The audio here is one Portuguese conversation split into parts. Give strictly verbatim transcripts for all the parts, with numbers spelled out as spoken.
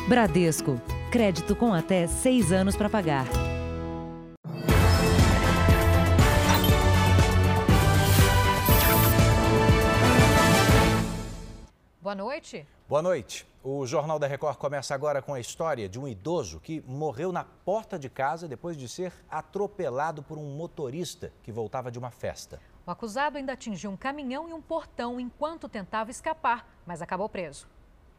Bradesco. Crédito com até seis anos para pagar. Boa noite. Boa noite. O Jornal da Record começa agora com a história de um idoso que morreu na porta de casa depois de ser atropelado por um motorista que voltava de uma festa. O acusado ainda atingiu um caminhão e um portão enquanto tentava escapar, mas acabou preso.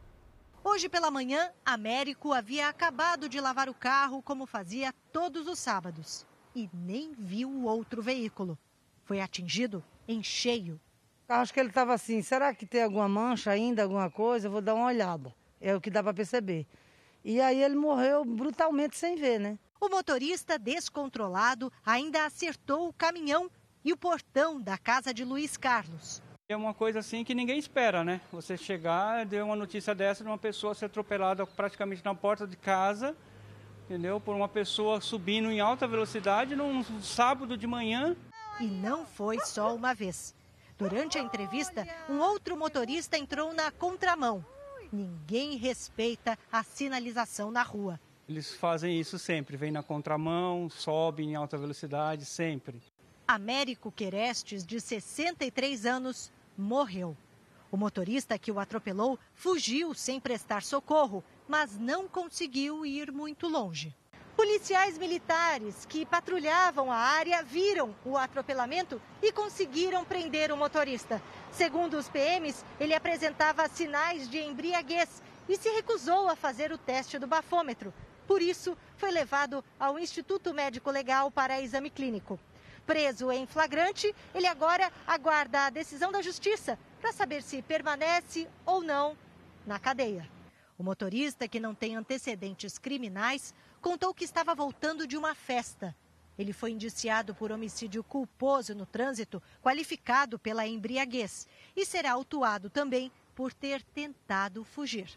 Hoje pela manhã, Américo havia acabado de lavar o carro como fazia todos os sábados e nem viu o outro veículo. Foi atingido em cheio. Acho que ele estava assim, será que tem alguma mancha ainda, alguma coisa? Eu vou dar uma olhada, é o que dá para perceber. E aí ele morreu brutalmente sem ver, né? O motorista descontrolado ainda acertou o caminhão e o portão da casa de Luiz Carlos. É uma coisa assim que ninguém espera, né? Você chegar, deu uma notícia dessa de uma pessoa ser atropelada praticamente na porta de casa, entendeu? Por uma pessoa subindo em alta velocidade num sábado de manhã. E não foi só uma vez. Durante a entrevista, um outro motorista entrou na contramão. Ninguém respeita a sinalização na rua. Eles fazem isso sempre, vêm na contramão, sobem em alta velocidade, sempre. Américo Querestes, de sessenta e três anos, morreu. O motorista que o atropelou fugiu sem prestar socorro, mas não conseguiu ir muito longe. Policiais militares que patrulhavam a área viram o atropelamento e conseguiram prender o motorista. Segundo os P Ms, ele apresentava sinais de embriaguez e se recusou a fazer o teste do bafômetro. Por isso, foi levado ao Instituto Médico Legal para exame clínico. Preso em flagrante, ele agora aguarda a decisão da Justiça para saber se permanece ou não na cadeia. O motorista, que não tem antecedentes criminais, contou que estava voltando de uma festa. Ele foi indiciado por homicídio culposo no trânsito, qualificado pela embriaguez, e será autuado também por ter tentado fugir.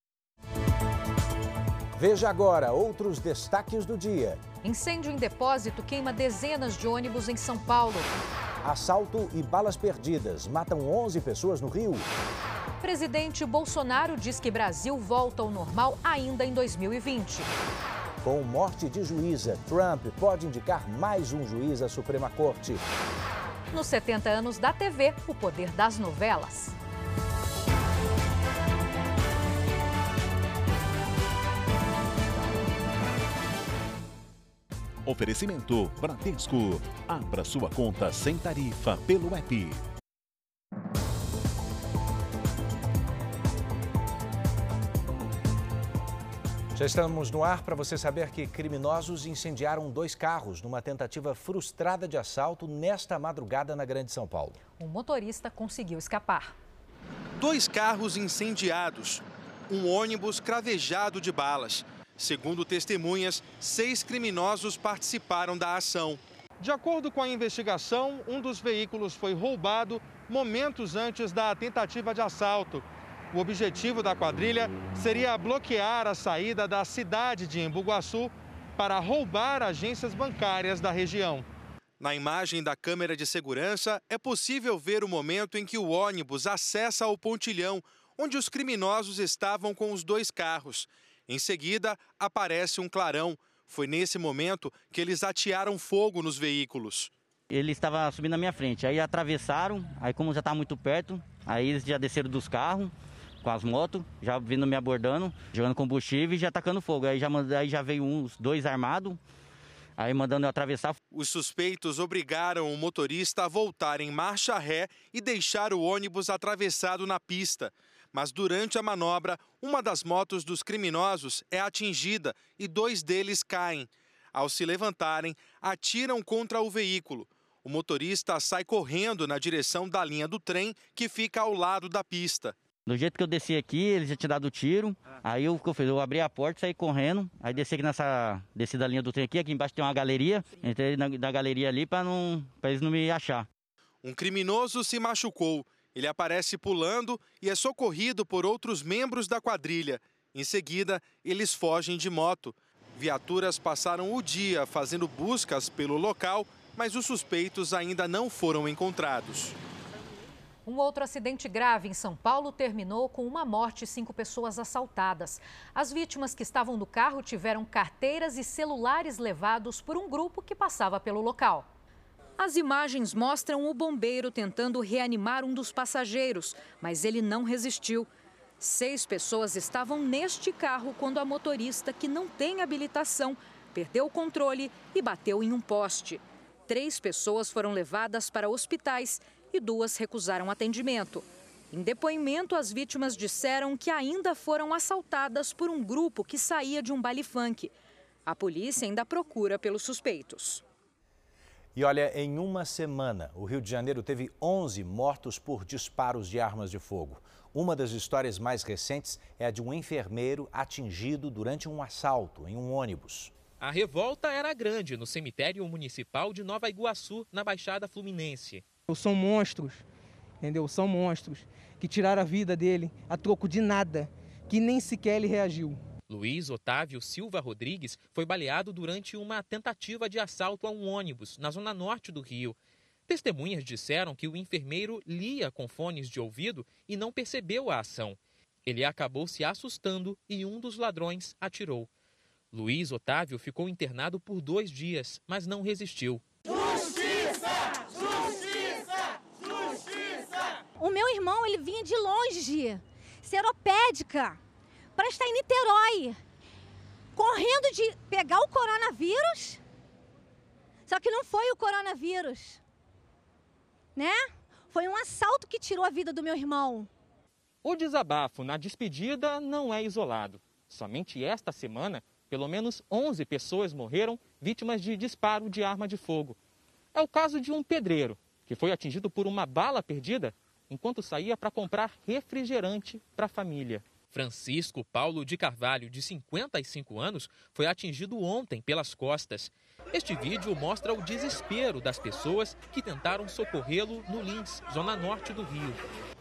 Veja agora outros destaques do dia. Incêndio em depósito queima dezenas de ônibus em São Paulo. Assalto e balas perdidas matam onze pessoas no Rio. Presidente Bolsonaro diz que Brasil volta ao normal ainda em dois mil e vinte. Com morte de juíza, Trump pode indicar mais um juiz à Suprema Corte. Nos setenta anos da T V, o poder das novelas. Oferecimento Bradesco. Abra sua conta sem tarifa pelo app. Já estamos no ar para você saber que criminosos incendiaram dois carros numa tentativa frustrada de assalto nesta madrugada na Grande São Paulo. O motorista conseguiu escapar. Dois carros incendiados, um ônibus cravejado de balas. Segundo testemunhas, seis criminosos participaram da ação. De acordo com a investigação, um dos veículos foi roubado momentos antes da tentativa de assalto. O objetivo da quadrilha seria bloquear a saída da cidade de Embu Guaçu para roubar agências bancárias da região. Na imagem da câmera de segurança, é possível ver o momento em que o ônibus acessa o pontilhão, onde os criminosos estavam com os dois carros. Em seguida, aparece um clarão. Foi nesse momento que eles atearam fogo nos veículos. Ele estava subindo na minha frente, aí atravessaram, aí como já estava muito perto, aí eles já desceram dos carros com as motos, já vindo me abordando, jogando combustível e já atacando fogo. Aí já, aí já veio uns dois armados, aí mandando eu atravessar. Os suspeitos obrigaram o motorista a voltar em marcha ré e deixar o ônibus atravessado na pista. Mas durante a manobra, uma das motos dos criminosos é atingida e dois deles caem. Ao se levantarem, atiram contra o veículo. O motorista sai correndo na direção da linha do trem que fica ao lado da pista. Do jeito que eu desci aqui, eles já tinham dado tiro. Aí o que eu fiz? Eu abri a porta, saí correndo. Aí desci aqui nessa desci da linha do trem aqui. Aqui embaixo tem uma galeria. Entrei na, na galeria ali para não, para eles não me achar. Um criminoso se machucou. Ele aparece pulando e é socorrido por outros membros da quadrilha. Em seguida, eles fogem de moto. Viaturas passaram o dia fazendo buscas pelo local, mas os suspeitos ainda não foram encontrados. Um outro acidente grave em São Paulo terminou com uma morte e cinco pessoas assaltadas. As vítimas que estavam no carro tiveram carteiras e celulares levados por um grupo que passava pelo local. As imagens mostram o bombeiro tentando reanimar um dos passageiros, mas ele não resistiu. Seis pessoas estavam neste carro quando a motorista, que não tem habilitação, perdeu o controle e bateu em um poste. Três pessoas foram levadas para hospitais e duas recusaram atendimento. Em depoimento, as vítimas disseram que ainda foram assaltadas por um grupo que saía de um baile funk. A polícia ainda procura pelos suspeitos. E olha, em uma semana, o Rio de Janeiro teve onze mortos por disparos de armas de fogo. Uma das histórias mais recentes é a de um enfermeiro atingido durante um assalto em um ônibus. A revolta era grande no cemitério municipal de Nova Iguaçu, na Baixada Fluminense. São monstros, entendeu? São monstros que tiraram a vida dele a troco de nada, que nem sequer ele reagiu. Luiz Otávio Silva Rodrigues foi baleado durante uma tentativa de assalto a um ônibus na zona norte do Rio. Testemunhas disseram que o enfermeiro lia com fones de ouvido e não percebeu a ação. Ele acabou se assustando e um dos ladrões atirou. Luiz Otávio ficou internado por dois dias, mas não resistiu. Justiça! Justiça! Justiça! O meu irmão, ele vinha de longe, seropédica, para estar em Niterói, correndo de pegar o coronavírus, só que não foi o coronavírus, né? Foi um assalto que tirou a vida do meu irmão. O desabafo na despedida não é isolado. Somente esta semana, pelo menos onze pessoas morreram vítimas de disparo de arma de fogo. É o caso de um pedreiro, que foi atingido por uma bala perdida enquanto saía para comprar refrigerante para a família. Francisco Paulo de Carvalho, de cinquenta e cinco anos, foi atingido ontem pelas costas. Este vídeo mostra o desespero das pessoas que tentaram socorrê-lo no Lins, zona norte do Rio.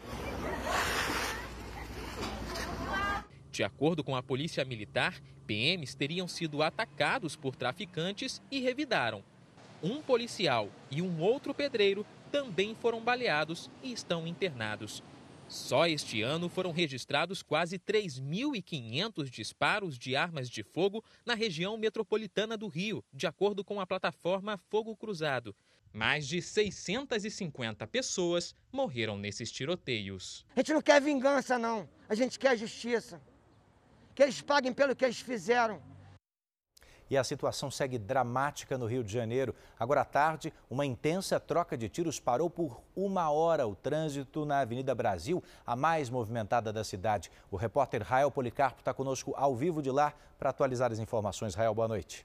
De acordo com a polícia militar, P Ms teriam sido atacados por traficantes e revidaram. Um policial e um outro pedreiro também foram baleados e estão internados. Só este ano foram registrados quase três mil e quinhentos disparos de armas de fogo na região metropolitana do Rio, de acordo com a plataforma Fogo Cruzado. Mais de seiscentas e cinquenta pessoas morreram nesses tiroteios. A gente não quer vingança, não. A gente quer justiça. Que eles paguem pelo que eles fizeram. E a situação segue dramática no Rio de Janeiro. Agora à tarde, uma intensa troca de tiros parou por uma hora o trânsito na Avenida Brasil, a mais movimentada da cidade. O repórter Rael Policarpo está conosco ao vivo de lá para atualizar as informações. Rael, boa noite.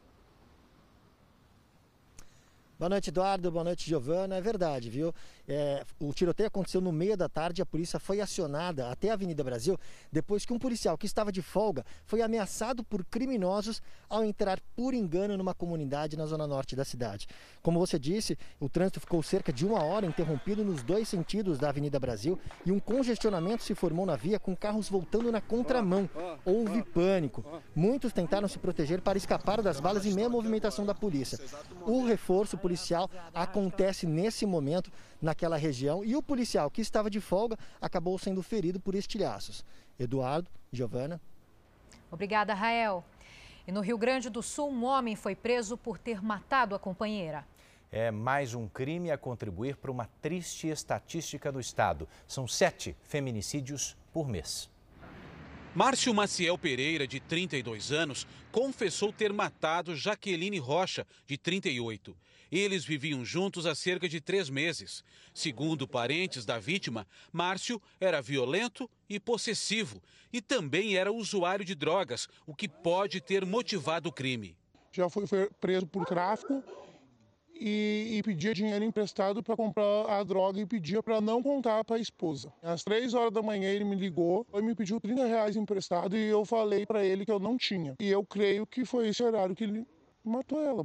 Boa noite, Eduardo. Boa noite, Giovana. É verdade, viu? É, o tiroteio aconteceu no meio da tarde e a polícia foi acionada até a Avenida Brasil depois que um policial que estava de folga foi ameaçado por criminosos ao entrar por engano numa comunidade na zona norte da cidade. Como você disse, o trânsito ficou cerca de uma hora interrompido nos dois sentidos da Avenida Brasil e um congestionamento se formou na via com carros voltando na contramão. Houve pânico. Muitos tentaram se proteger para escapar das balas em meia movimentação da polícia. O reforço policial acontece nesse momento naquela região e o policial que estava de folga acabou sendo ferido por estilhaços. Eduardo, Giovana. Obrigada, Rael. E no Rio Grande do Sul, um homem foi preso por ter matado a companheira. É mais um crime a contribuir para uma triste estatística do estado. São sete feminicídios por mês. Márcio Maciel Pereira, de trinta e dois anos, confessou ter matado Jaqueline Rocha, de trinta e oito. Eles viviam juntos há cerca de três meses. Segundo parentes da vítima, Márcio era violento e possessivo e também era usuário de drogas, o que pode ter motivado o crime. Já foi preso por tráfico e, e pedia dinheiro emprestado para comprar a droga e pedia para não contar para a esposa. Às três horas da manhã ele me ligou e me pediu trinta reais emprestado e eu falei para ele que eu não tinha. E eu creio que foi esse horário que ele matou ela.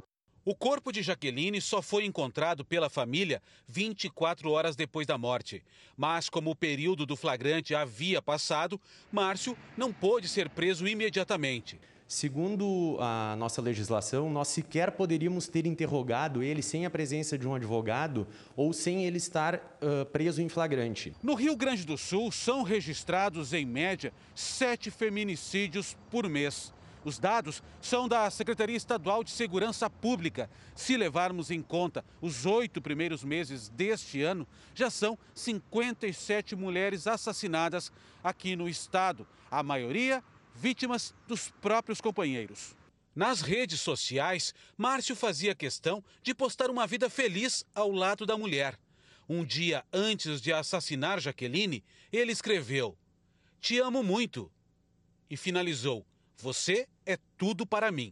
O corpo de Jaqueline só foi encontrado pela família vinte e quatro horas depois da morte. Mas, como o período do flagrante havia passado, Márcio não pôde ser preso imediatamente. Segundo a nossa legislação, nós sequer poderíamos ter interrogado ele sem a presença de um advogado ou sem ele estar uh, preso em flagrante. No Rio Grande do Sul, são registrados, em média, sete feminicídios por mês. Os dados são da Secretaria Estadual de Segurança Pública. Se levarmos em conta os oito primeiros meses deste ano, já são cinquenta e sete mulheres assassinadas aqui no estado. A maioria vítimas dos próprios companheiros. Nas redes sociais, Márcio fazia questão de postar uma vida feliz ao lado da mulher. Um dia antes de assassinar Jaqueline, ele escreveu: "Te amo muito." E finalizou: "Você é tudo para mim."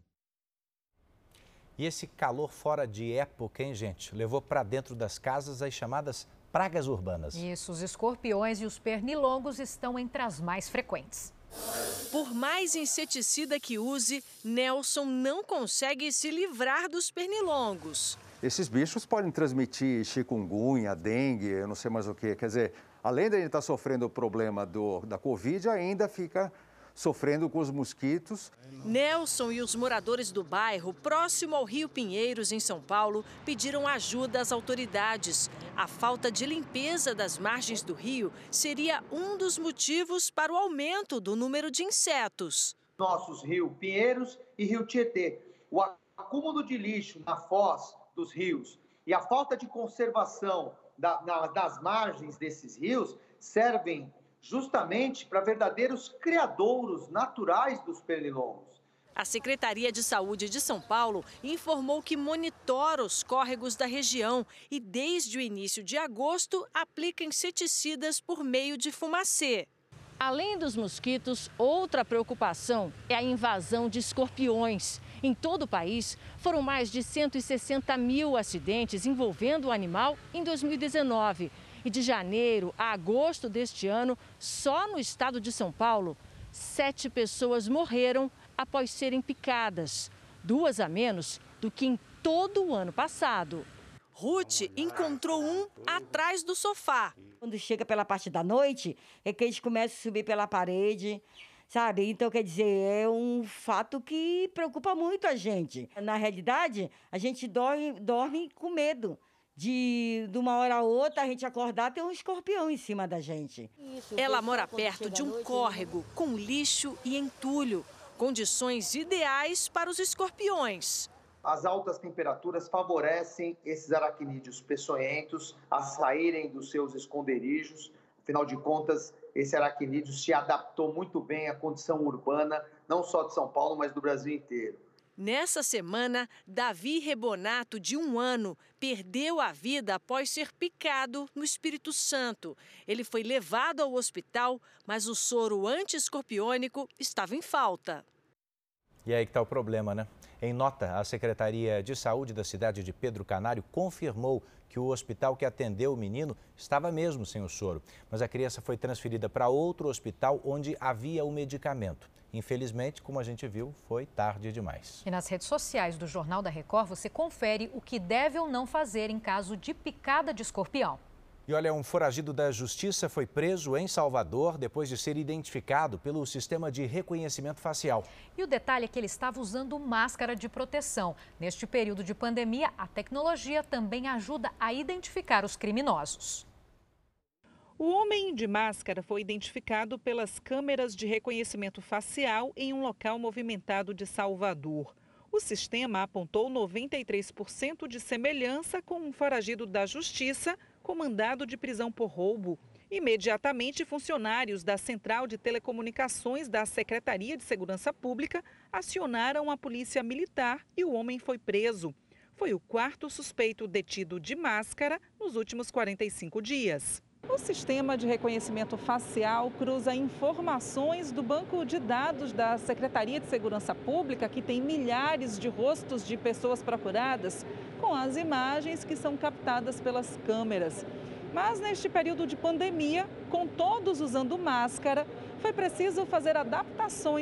E esse calor fora de época, hein, gente? Levou para dentro das casas as chamadas pragas urbanas. Isso, os escorpiões e os pernilongos estão entre as mais frequentes. Por mais inseticida que use, Nelson não consegue se livrar dos pernilongos. Esses bichos podem transmitir chikungunya, dengue, eu não sei mais o que. Quer dizer, além de ele estar sofrendo o problema do, da Covid, ainda fica sofrendo com os mosquitos. Nelson e os moradores do bairro, próximo ao Rio Pinheiros, em São Paulo, pediram ajuda às autoridades. A falta de limpeza das margens do rio seria um dos motivos para o aumento do número de insetos. Nossos rios Pinheiros e Rio Tietê. O acúmulo de lixo na foz dos rios e a falta de conservação da, na, das margens desses rios servem justamente para verdadeiros criadouros naturais dos pernilongos. A Secretaria de Saúde de São Paulo informou que monitora os córregos da região e, desde o início de agosto, aplica inseticidas por meio de fumacê. Além dos mosquitos, outra preocupação é a invasão de escorpiões. Em todo o país, foram mais de cento e sessenta mil acidentes envolvendo o animal em dois mil e dezenove. E de janeiro a agosto deste ano, só no estado de São Paulo, sete pessoas morreram após serem picadas, duas a menos do que em todo o ano passado. Ruth encontrou um atrás do sofá. Quando chega pela parte da noite, é que a gente começa a subir pela parede, sabe? Então, quer dizer, é um fato que preocupa muito a gente. Na realidade, a gente dorme, dorme com medo. De, de uma hora a outra, a gente acordar, tem um escorpião em cima da gente. Ela mora perto de um córrego com lixo e entulho. Condições ideais para os escorpiões. As altas temperaturas favorecem esses aracnídeos peçonhentos a saírem dos seus esconderijos. Afinal de contas, esse aracnídeo se adaptou muito bem à condição urbana, não só de São Paulo, mas do Brasil inteiro. Nessa semana, Davi Rebonato, de um ano, perdeu a vida após ser picado no Espírito Santo. Ele foi levado ao hospital, mas o soro anti-escorpiônico estava em falta. E aí que está o problema, né? Em nota, a Secretaria de Saúde da cidade de Pedro Canário confirmou que o hospital que atendeu o menino estava mesmo sem o soro. Mas a criança foi transferida para outro hospital onde havia o medicamento. Infelizmente, como a gente viu, foi tarde demais. E nas redes sociais do Jornal da Record, você confere o que deve ou não fazer em caso de picada de escorpião. E olha, um foragido da Justiça foi preso em Salvador depois de ser identificado pelo sistema de reconhecimento facial. E o detalhe é que ele estava usando máscara de proteção. Neste período de pandemia, a tecnologia também ajuda a identificar os criminosos. O homem de máscara foi identificado pelas câmeras de reconhecimento facial em um local movimentado de Salvador. O sistema apontou noventa e três por cento de semelhança com um foragido da Justiça com mandado de prisão por roubo. Imediatamente, funcionários da Central de Telecomunicações da Secretaria de Segurança Pública acionaram a Polícia Militar e o homem foi preso. Foi o quarto suspeito detido de máscara nos últimos quarenta e cinco dias. O sistema de reconhecimento facial cruza informações do banco de dados da Secretaria de Segurança Pública, que tem milhares de rostos de pessoas procuradas, com as imagens que são captadas pelas câmeras. Mas neste período de pandemia, com todos usando máscara, foi preciso fazer adaptações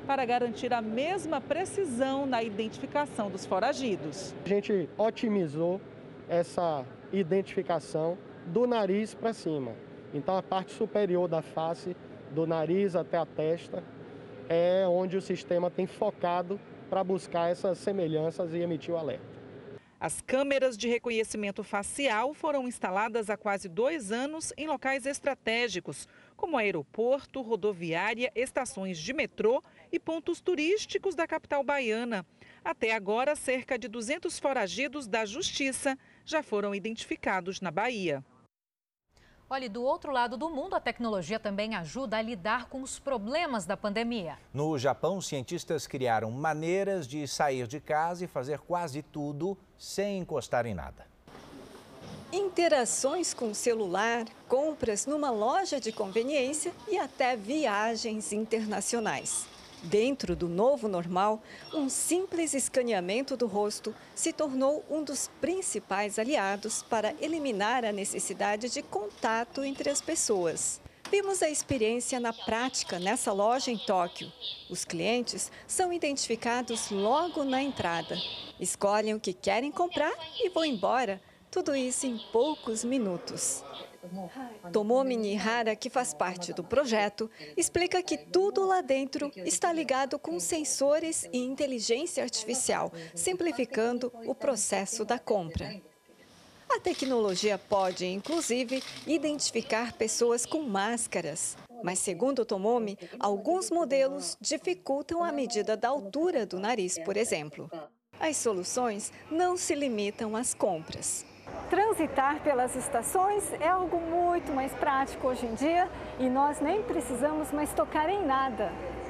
para garantir a mesma precisão na identificação dos foragidos. A gente otimizou essa identificação do nariz para cima. Então, a parte superior da face, do nariz até a testa, é onde o sistema tem focado para buscar essas semelhanças e emitir o alerta. As câmeras de reconhecimento facial foram instaladas há quase dois anos em locais estratégicos, como aeroporto, rodoviária, estações de metrô e pontos turísticos da capital baiana. Até agora, cerca de duzentos foragidos da Justiça já foram identificados na Bahia. Olha, do outro lado do mundo, a tecnologia também ajuda a lidar com os problemas da pandemia. No Japão, cientistas criaram maneiras de sair de casa e fazer quase tudo sem encostar em nada. Interações com o celular, compras numa loja de conveniência e até viagens internacionais. Dentro do novo normal, um simples escaneamento do rosto se tornou um dos principais aliados para eliminar a necessidade de contato entre as pessoas. Vimos a experiência na prática nessa loja em Tóquio. Os clientes são identificados logo na entrada. Escolhem o que querem comprar e vão embora. Tudo isso em poucos minutos. Tomomi Nihara, que faz parte do projeto, explica que tudo lá dentro está ligado com sensores e inteligência artificial, simplificando o processo da compra. A tecnologia pode, inclusive, identificar pessoas com máscaras. Mas, segundo Tomomi, alguns modelos dificultam a medida da altura do nariz, por exemplo. As soluções não se limitam às compras. Transitar pelas estações é algo muito mais prático hoje em dia e nós nem precisamos mais tocar em nada.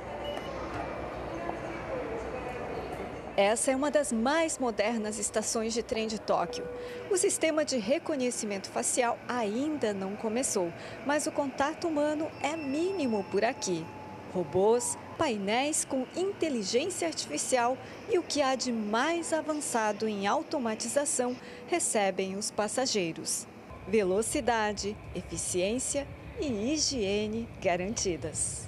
Essa é uma das mais modernas estações de trem de Tóquio. O sistema de reconhecimento facial ainda não começou, mas o contato humano é mínimo por aqui. Robôs, painéis com inteligência artificial e o que há de mais avançado em automatização recebem os passageiros. Velocidade, eficiência e higiene garantidas.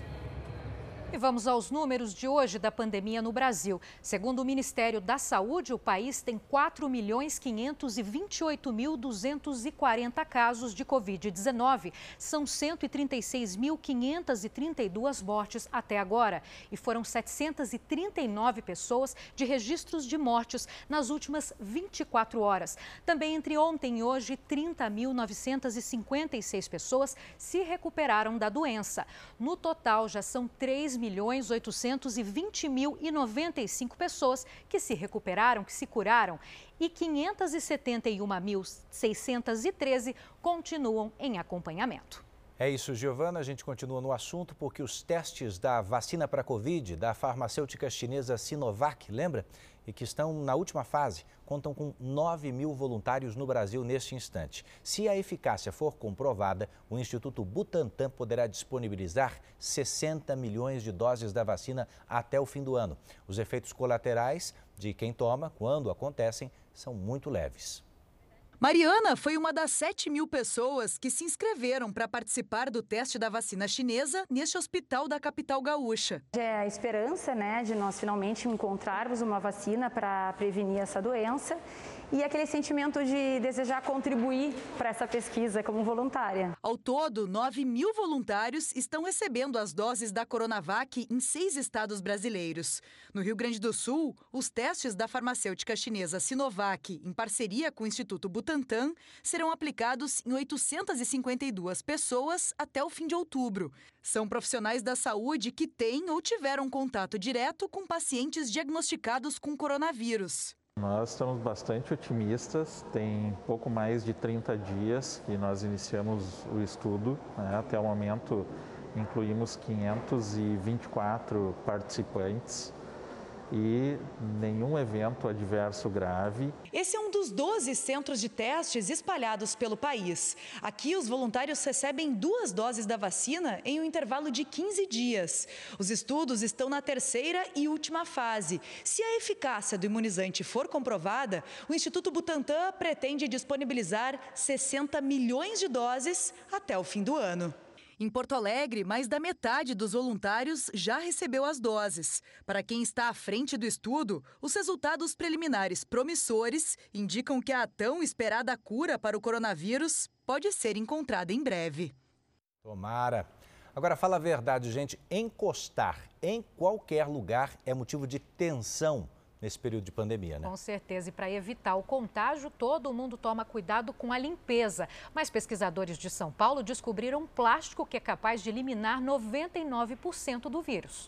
E vamos aos números de hoje da pandemia no Brasil. Segundo o Ministério da Saúde, o país tem quatro milhões quinhentos e vinte e oito mil duzentos e quarenta casos de covid dezenove. São cento e trinta e seis mil quinhentas e trinta e duas mortes até agora. E foram setecentas e trinta e nove pessoas de registros de mortes nas últimas vinte e quatro horas. Também entre ontem e hoje, trinta mil novecentas e cinquenta e seis pessoas se recuperaram da doença. No total, já são três milhões oitocentos e vinte mil e noventa e cinco pessoas que se recuperaram, que se curaram, e quinhentas e setenta e uma mil seiscentas e treze continuam em acompanhamento. É isso, Giovana. A gente continua no assunto porque os testes da vacina para a Covid da farmacêutica chinesa Sinovac, lembra? E que estão na última fase, contam com nove mil voluntários no Brasil neste instante. Se a eficácia for comprovada, o Instituto Butantan poderá disponibilizar sessenta milhões de doses da vacina até o fim do ano. Os efeitos colaterais de quem toma, quando acontecem, são muito leves. Mariana foi uma das sete mil pessoas que se inscreveram para participar do teste da vacina chinesa neste hospital da capital gaúcha. É a esperança, né, de nós finalmente encontrarmos uma vacina para prevenir essa doença e aquele sentimento de desejar contribuir para essa pesquisa como voluntária. Ao todo, nove mil voluntários estão recebendo as doses da Coronavac em seis estados brasileiros. No Rio Grande do Sul, os testes da farmacêutica chinesa Sinovac, em parceria com o Instituto Butantan, serão aplicados em oitocentas e cinquenta e duas pessoas até o fim de outubro. São profissionais da saúde que têm ou tiveram contato direto com pacientes diagnosticados com coronavírus. Nós estamos bastante otimistas, tem pouco mais de trinta dias que nós iniciamos o estudo, né? Até o momento incluímos quinhentos e vinte e quatro participantes e nenhum evento adverso grave. Esse é um dos doze centros de testes espalhados pelo país. Aqui, os voluntários recebem duas doses da vacina em um intervalo de quinze dias. Os estudos estão na terceira e última fase. Se a eficácia do imunizante for comprovada, o Instituto Butantan pretende disponibilizar sessenta milhões de doses até o fim do ano. Em Porto Alegre, mais da metade dos voluntários já recebeu as doses. Para quem está à frente do estudo, os resultados preliminares promissores indicam que a tão esperada cura para o coronavírus pode ser encontrada em breve. Tomara. Agora, fala a verdade, gente, encostar em qualquer lugar é motivo de tensão nesse período de pandemia, né? Com certeza. E para evitar o contágio, todo mundo toma cuidado com a limpeza. Mas pesquisadores de São Paulo descobriram um plástico que é capaz de eliminar noventa e nove por cento do vírus.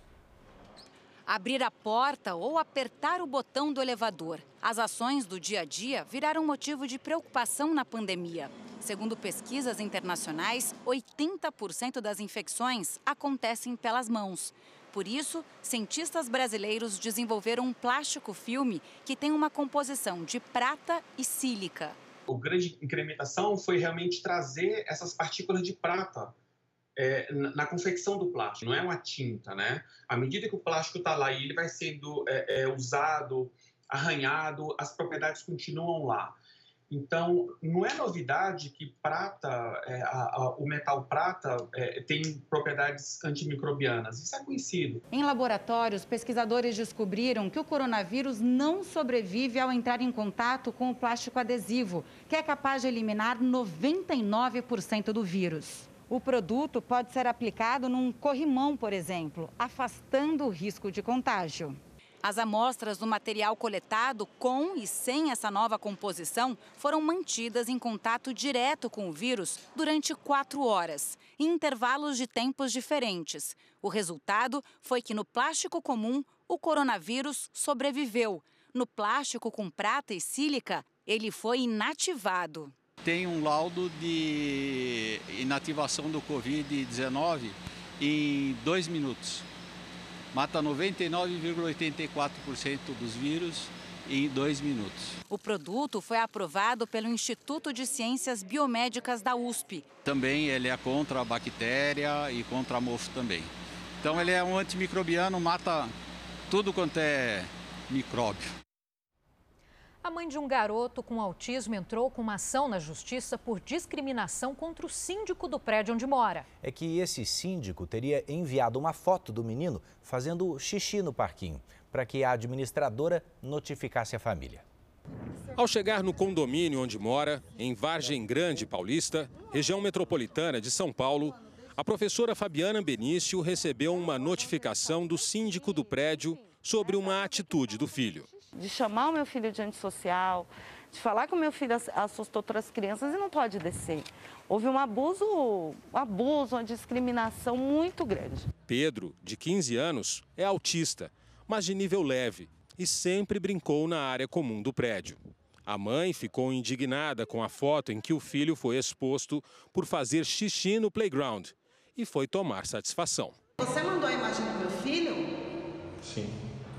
Abrir a porta ou apertar o botão do elevador. As ações do dia a dia viraram motivo de preocupação na pandemia. Segundo pesquisas internacionais, oitenta por cento das infecções acontecem pelas mãos. Por isso, cientistas brasileiros desenvolveram um plástico filme que tem uma composição de prata e sílica. A grande incrementação foi realmente trazer essas partículas de prata é, na confecção do plástico. Não é uma tinta, né? À medida que o plástico está lá e ele vai sendo é, é, usado, arranhado, as propriedades continuam lá. Então, não é novidade que prata, é, a, a, o metal prata é, tem propriedades antimicrobianas. Isso é conhecido. Em laboratórios, pesquisadores descobriram que o coronavírus não sobrevive ao entrar em contato com o plástico adesivo, que é capaz de eliminar noventa e nove por cento do vírus. O produto pode ser aplicado num corrimão, por exemplo, afastando o risco de contágio. As amostras do material coletado com e sem essa nova composição foram mantidas em contato direto com o vírus durante quatro horas, em intervalos de tempos diferentes. O resultado foi que no plástico comum, o coronavírus sobreviveu. No plástico com prata e sílica, ele foi inativado. Tem um laudo de inativação do covid dezenove em dois minutos. Mata noventa e nove vírgula oitenta e quatro por cento dos vírus em dois minutos. O produto foi aprovado pelo Instituto de Ciências Biomédicas da U S P. Também ele é contra a bactéria e contra a mofo também. Então ele é um antimicrobiano, mata tudo quanto é micróbio. A mãe de um garoto com autismo entrou com uma ação na justiça por discriminação contra o síndico do prédio onde mora. É que esse síndico teria enviado uma foto do menino fazendo xixi no parquinho, para que a administradora notificasse a família. Ao chegar no condomínio onde mora, em Vargem Grande Paulista, região metropolitana de São Paulo, a professora Fabiana Benício recebeu uma notificação do síndico do prédio sobre uma atitude do filho. De chamar o meu filho de antissocial, de falar que o meu filho assustou outras crianças e não pode descer. Houve um abuso, um abuso, uma discriminação muito grande. Pedro, de quinze anos, é autista, mas de nível leve e sempre brincou na área comum do prédio. A mãe ficou indignada com a foto em que o filho foi exposto por fazer xixi no playground e foi tomar satisfação. Você mandou a imagem do meu filho? Sim.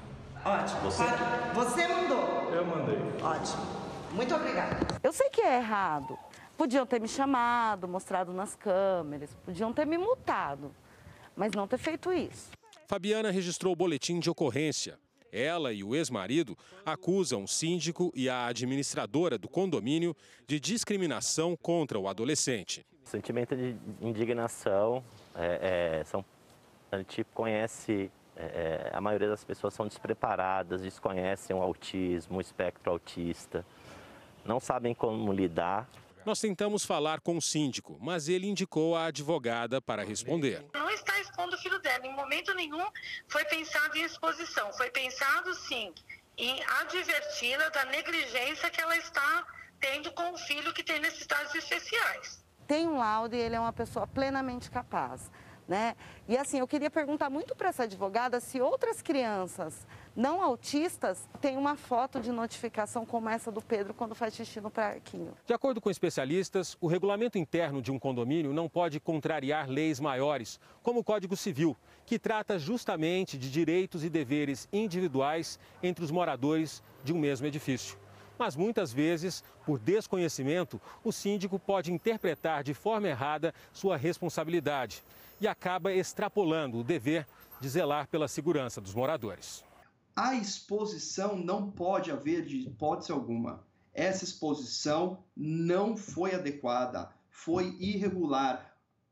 Ótimo. Você? Para... Você mandou? Eu mandei. Ótimo. Muito obrigada. Eu sei que é errado. Podiam ter me chamado, mostrado nas câmeras, podiam ter me multado, mas não ter feito isso. Fabiana registrou o boletim de ocorrência. Ela e o ex-marido acusam o síndico e a administradora do condomínio de discriminação contra o adolescente. Sentimento de indignação, é, é, são, a gente conhece... É, a maioria das pessoas são despreparadas, desconhecem o autismo, o espectro autista, não sabem como lidar. Nós tentamos falar com o síndico, mas ele indicou a advogada para responder. Não está expondo o filho dela, em momento nenhum foi pensado em exposição. Foi pensado, sim, em adverti-la da negligência que ela está tendo com o filho que tem necessidades especiais. Tem um laudo e ele é uma pessoa plenamente capaz. Né? E assim, eu queria perguntar muito para essa advogada se outras crianças não autistas têm uma foto de notificação como essa do Pedro quando faz xixi no parquinho. De acordo com especialistas, o regulamento interno de um condomínio não pode contrariar leis maiores, como o Código Civil, que trata justamente de direitos e deveres individuais entre os moradores de um mesmo edifício. Mas muitas vezes, por desconhecimento, o síndico pode interpretar de forma errada sua responsabilidade e acaba extrapolando o dever de zelar pela segurança dos moradores. A exposição não pode haver de hipótese alguma. Essa exposição não foi adequada, foi irregular.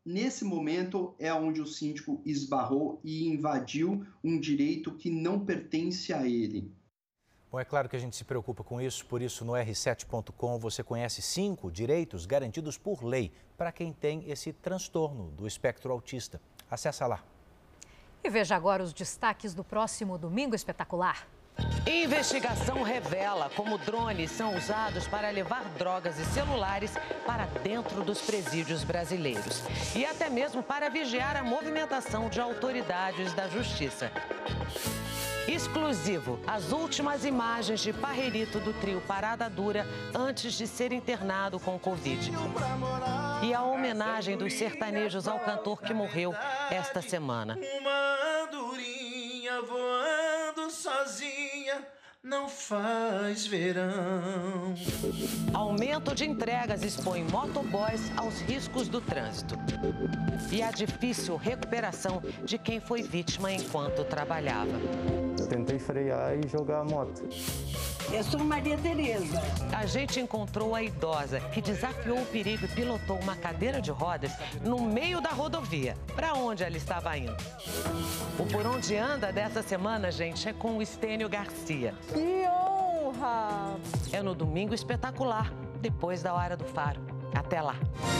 nesse momento é onde o síndico esbarrou e invadiu um direito que não pertence a ele. Bom, é claro que a gente se preocupa com isso, por isso no R sete ponto com você conhece cinco direitos garantidos por lei para quem tem esse transtorno do espectro autista. Acesse lá. E veja agora os destaques do próximo Domingo Espetacular. Investigação revela como drones são usados para levar drogas e celulares para dentro dos presídios brasileiros e até mesmo para vigiar a movimentação de autoridades da justiça. Exclusivo, as últimas imagens de Parrerito do trio Parada Dura antes de ser internado com Covid. E a homenagem dos sertanejos ao cantor que morreu esta semana. Uma andorinha voando sozinha não faz verão. Aumento de entregas expõe motoboys aos riscos do trânsito. E a difícil recuperação de quem foi vítima enquanto trabalhava. Eu tentei frear e jogar a moto. Eu sou Maria Tereza. A gente encontrou a idosa que desafiou o perigo e pilotou uma cadeira de rodas no meio da rodovia. Para onde ela estava indo? O Por Onde Anda dessa semana, gente, é com o Estênio Garcia. Que honra! É no Domingo Espetacular, depois da Hora do Faro. Até lá.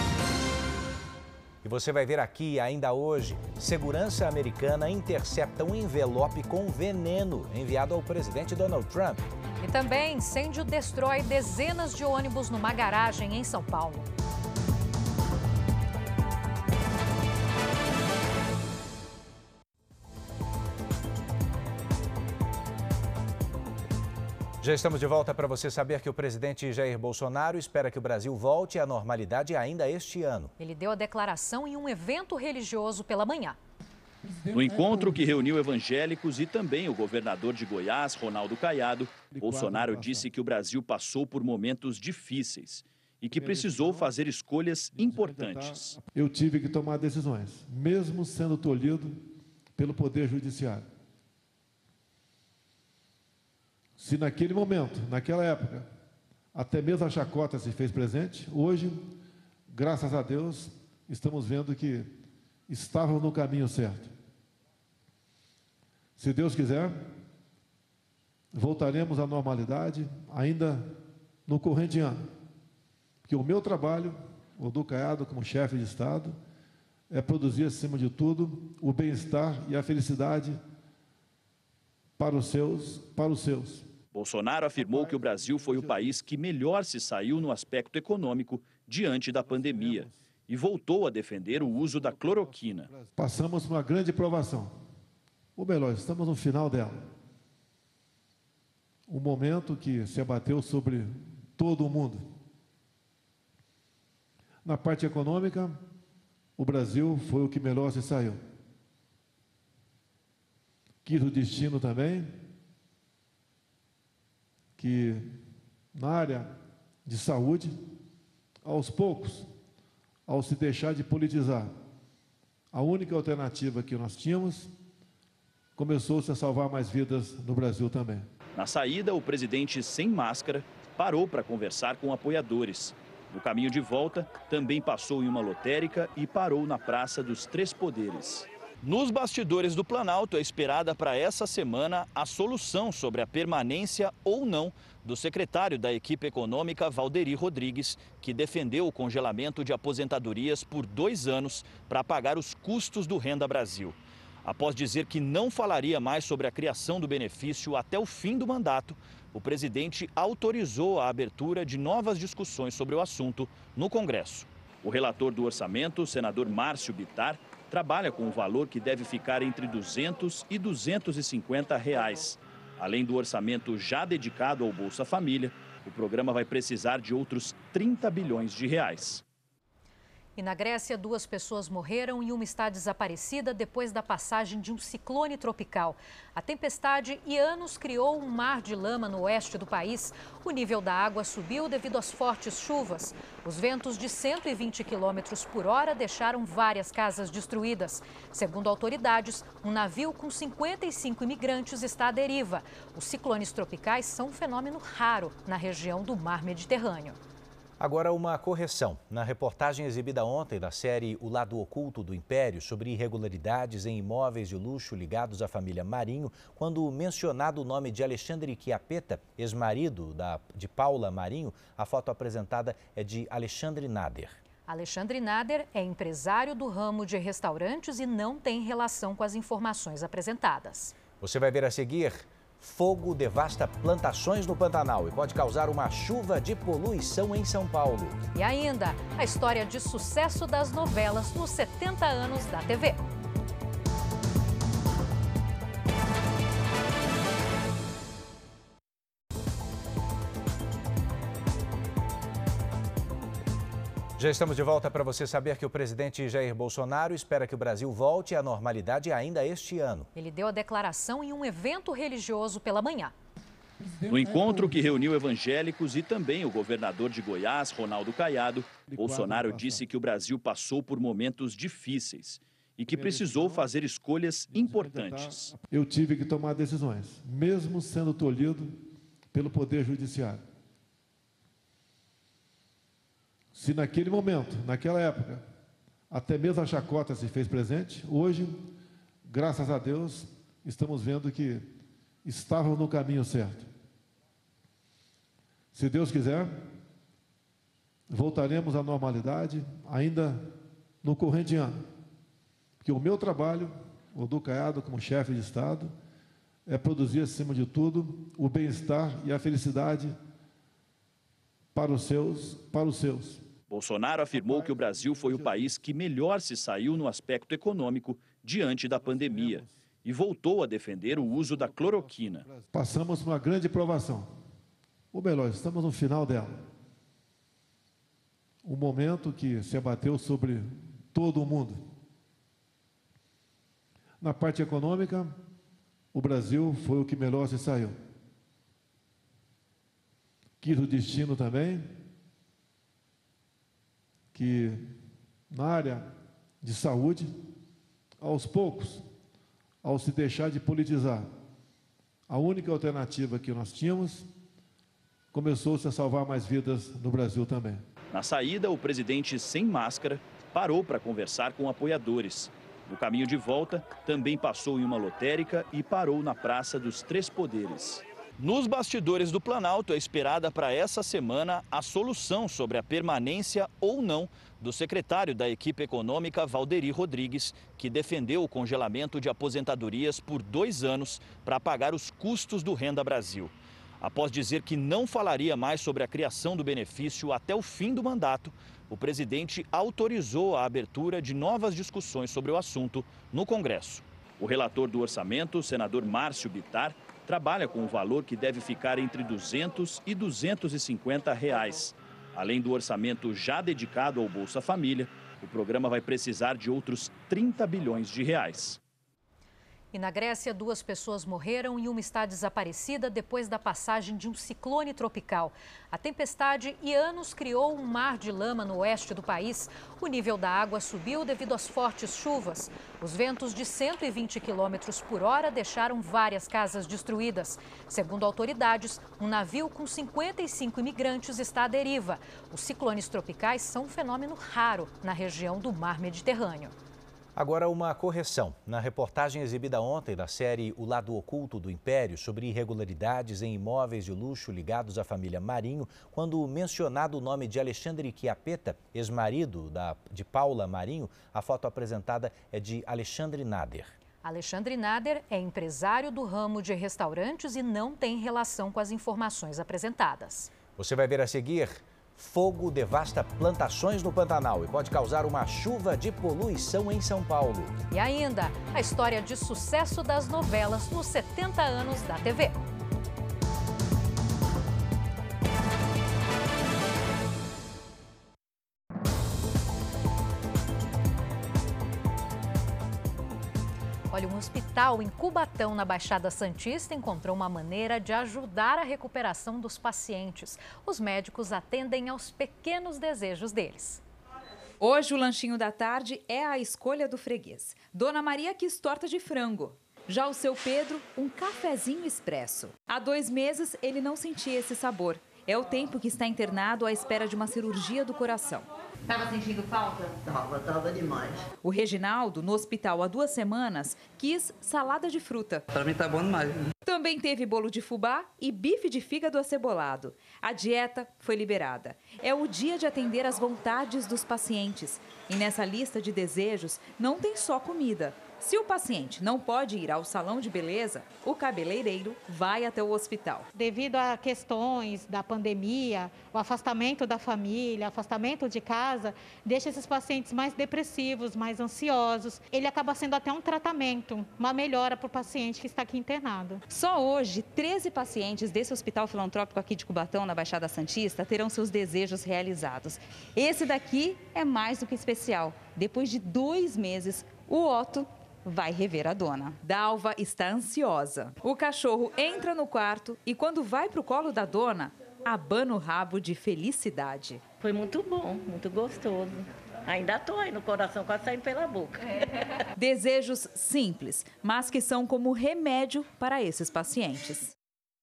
E você vai ver aqui, ainda hoje, segurança americana intercepta um envelope com veneno enviado ao presidente Donald Trump. E também incêndio destrói dezenas de ônibus numa garagem em São Paulo. Já estamos de volta para você saber que o presidente Jair Bolsonaro espera que o Brasil volte à normalidade ainda este ano. Ele deu a declaração em um evento religioso pela manhã. No encontro que reuniu evangélicos e também o governador de Goiás, Ronaldo Caiado, Bolsonaro disse que o Brasil passou por momentos difíceis e que precisou fazer escolhas importantes. Eu tive que tomar decisões, mesmo sendo tolhido pelo Poder Judiciário. Se naquele momento, naquela época, até mesmo a chacota se fez presente, hoje, graças a Deus, estamos vendo que estávamos no caminho certo. Se Deus quiser, voltaremos à normalidade ainda no corrente ano. Porque o meu trabalho, o do Caiado como chefe de Estado, é produzir, acima de tudo, o bem-estar e a felicidade para os seus, para os seus. Bolsonaro afirmou que o Brasil foi o país que melhor se saiu no aspecto econômico diante da pandemia e voltou a defender o uso da cloroquina. Passamos por uma grande provação, ou melhor, estamos no final dela. Um momento que se abateu sobre todo o mundo. Na parte econômica, o Brasil foi o que melhor se saiu. Quis o destino também que na área de saúde, aos poucos, ao se deixar de politizar, a única alternativa que nós tínhamos, começou-se a salvar mais vidas no Brasil também. Na saída, o presidente, sem máscara, parou para conversar com apoiadores. No caminho de volta, também passou em uma lotérica e parou na Praça dos Três Poderes. Nos bastidores do Planalto é esperada para essa semana a solução sobre a permanência ou não do secretário da equipe econômica, Valderi Rodrigues, que defendeu o congelamento de aposentadorias por dois anos para pagar os custos do Renda Brasil. Após dizer que não falaria mais sobre a criação do benefício até o fim do mandato, o presidente autorizou a abertura de novas discussões sobre o assunto no Congresso. O relator do orçamento, o senador Márcio Bittar, trabalha com um valor que deve ficar entre duzentos e duzentos e cinquenta reais. Além do orçamento já dedicado ao Bolsa Família, o programa vai precisar de outros trinta bilhões de reais. E na Grécia, duas pessoas morreram e uma está desaparecida depois da passagem de um ciclone tropical. A tempestade Ianos criou um mar de lama no oeste do país. O nível da água subiu devido às fortes chuvas. Os ventos de cento e vinte quilômetros por hora deixaram várias casas destruídas. Segundo autoridades, um navio com cinquenta e cinco imigrantes está à deriva. Os ciclones tropicais são um fenômeno raro na região do Mar Mediterrâneo. Agora uma correção. Na reportagem exibida ontem da série O Lado Oculto do Império sobre irregularidades em imóveis de luxo ligados à família Marinho, quando mencionado o nome de Alexandre Chiappetta, ex-marido da, de Paula Marinho, a foto apresentada é de Alexandre Nader. Alexandre Nader é empresário do ramo de restaurantes e não tem relação com as informações apresentadas. Você vai ver a seguir: fogo devasta plantações no Pantanal e pode causar uma chuva de poluição em São Paulo. E ainda, a história de sucesso das novelas nos setenta anos da T V. Já estamos de volta para você saber que o presidente Jair Bolsonaro espera que o Brasil volte à normalidade ainda este ano. Ele deu a declaração em um evento religioso pela manhã. No encontro que reuniu evangélicos e também o governador de Goiás, Ronaldo Caiado, Bolsonaro disse que o Brasil passou por momentos difíceis e que precisou fazer escolhas importantes. Eu tive que tomar decisões, mesmo sendo tolhido pelo Poder Judiciário. Se naquele momento, naquela época, até mesmo a chacota se fez presente, hoje, graças a Deus, estamos vendo que estávamos no caminho certo. Se Deus quiser, voltaremos à normalidade ainda no corrente ano. Porque o meu trabalho, o do Caiado como chefe de Estado, é produzir, acima de tudo, o bem-estar e a felicidade para os seus, para os seus. Bolsonaro afirmou que o Brasil foi o país que melhor se saiu no aspecto econômico diante da pandemia e voltou a defender o uso da cloroquina. Passamos por uma grande provação, ou melhor, estamos no final dela. Um momento que se abateu sobre todo o mundo. Na parte econômica, o Brasil foi o que melhor se saiu. Quis o destino também que na área de saúde, aos poucos, ao se deixar de politizar, a única alternativa que nós tínhamos, começou-se a salvar mais vidas no Brasil também. Na saída, o presidente, sem máscara, parou para conversar com apoiadores. No caminho de volta, também passou em uma lotérica e parou na Praça dos Três Poderes. Nos bastidores do Planalto é esperada para essa semana a solução sobre a permanência ou não do secretário da equipe econômica, Valderi Rodrigues, que defendeu o congelamento de aposentadorias por dois anos para pagar os custos do Renda Brasil. Após dizer que não falaria mais sobre a criação do benefício até o fim do mandato, o presidente autorizou a abertura de novas discussões sobre o assunto no Congresso. O relator do orçamento, o senador Márcio Bittar, trabalha com um valor que deve ficar entre duzentos e duzentos e cinquenta reais. Além do orçamento já dedicado ao Bolsa Família, o programa vai precisar de outros trinta bilhões de reais. E na Grécia, duas pessoas morreram e uma está desaparecida depois da passagem de um ciclone tropical. A tempestade Ianos criou um mar de lama no oeste do país. O nível da água subiu devido às fortes chuvas. Os ventos de cento e vinte quilômetros por hora deixaram várias casas destruídas. Segundo autoridades, um navio com cinquenta e cinco imigrantes está à deriva. Os ciclones tropicais são um fenômeno raro na região do Mar Mediterrâneo. Agora uma correção. Na reportagem exibida ontem da série O Lado Oculto do Império sobre irregularidades em imóveis de luxo ligados à família Marinho, quando mencionado o nome de Alexandre Chiappetta, ex-marido da, de Paula Marinho, a foto apresentada é de Alexandre Nader. Alexandre Nader é empresário do ramo de restaurantes e não tem relação com as informações apresentadas. Você vai ver a seguir: fogo devasta plantações no Pantanal e pode causar uma chuva de poluição em São Paulo. E ainda, a história de sucesso das novelas nos setenta anos da T V. Olha, um hospital em Cubatão, na Baixada Santista, encontrou uma maneira de ajudar a recuperação dos pacientes. Os médicos atendem aos pequenos desejos deles. Hoje, o lanchinho da tarde é a escolha do freguês. Dona Maria quis torta de frango. Já o seu Pedro, um cafezinho expresso. Há dois meses, ele não sentia esse sabor. É o tempo que está internado à espera de uma cirurgia do coração. Tava sentindo falta? Tava, tava demais. O Reginaldo, no hospital há duas semanas, quis salada de fruta. Pra mim tá bom demais. Também teve bolo de fubá e bife de fígado acebolado. A dieta foi liberada. É o dia de atender às vontades dos pacientes. E nessa lista de desejos não tem só comida. Se o paciente não pode ir ao salão de beleza, o cabeleireiro vai até o hospital. Devido a questões da pandemia, o afastamento da família, afastamento de casa, deixa esses pacientes mais depressivos, mais ansiosos. Ele acaba sendo até um tratamento, uma melhora para o paciente que está aqui internado. Só hoje, treze pacientes desse hospital filantrópico aqui de Cubatão, na Baixada Santista, terão seus desejos realizados. Esse daqui é mais do que especial. Depois de dois meses, o Otto vai rever a dona. Dalva está ansiosa. O cachorro entra no quarto e quando vai para o colo da dona, abana o rabo de felicidade. Foi muito bom, muito gostoso. Ainda estou aí no coração, quase saindo pela boca. Desejos simples, mas que são como remédio para esses pacientes.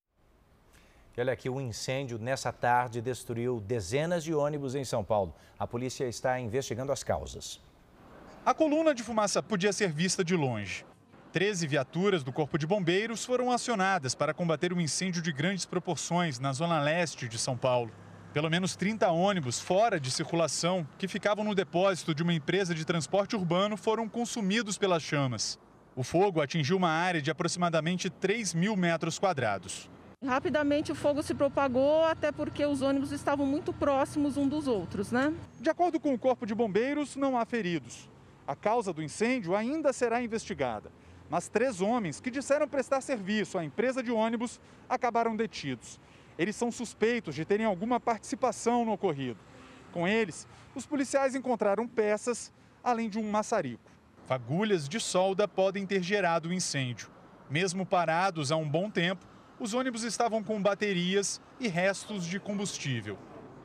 E olha aqui, um incêndio nessa tarde destruiu dezenas de ônibus em São Paulo. A polícia está investigando as causas. A coluna de fumaça podia ser vista de longe. Treze viaturas do Corpo de Bombeiros foram acionadas para combater um incêndio de grandes proporções na zona leste de São Paulo. Pelo menos trinta ônibus fora de circulação, que ficavam no depósito de uma empresa de transporte urbano, foram consumidos pelas chamas. O fogo atingiu uma área de aproximadamente três mil metros quadrados. Rapidamente o fogo se propagou, até porque os ônibus estavam muito próximos um dos outros, né? De acordo com o Corpo de Bombeiros, não há feridos. A causa do incêndio ainda será investigada, mas três homens que disseram prestar serviço à empresa de ônibus acabaram detidos. Eles são suspeitos de terem alguma participação no ocorrido. Com eles, os policiais encontraram peças, além de um maçarico. Fagulhas de solda podem ter gerado o incêndio. Mesmo parados há um bom tempo, os ônibus estavam com baterias e restos de combustível.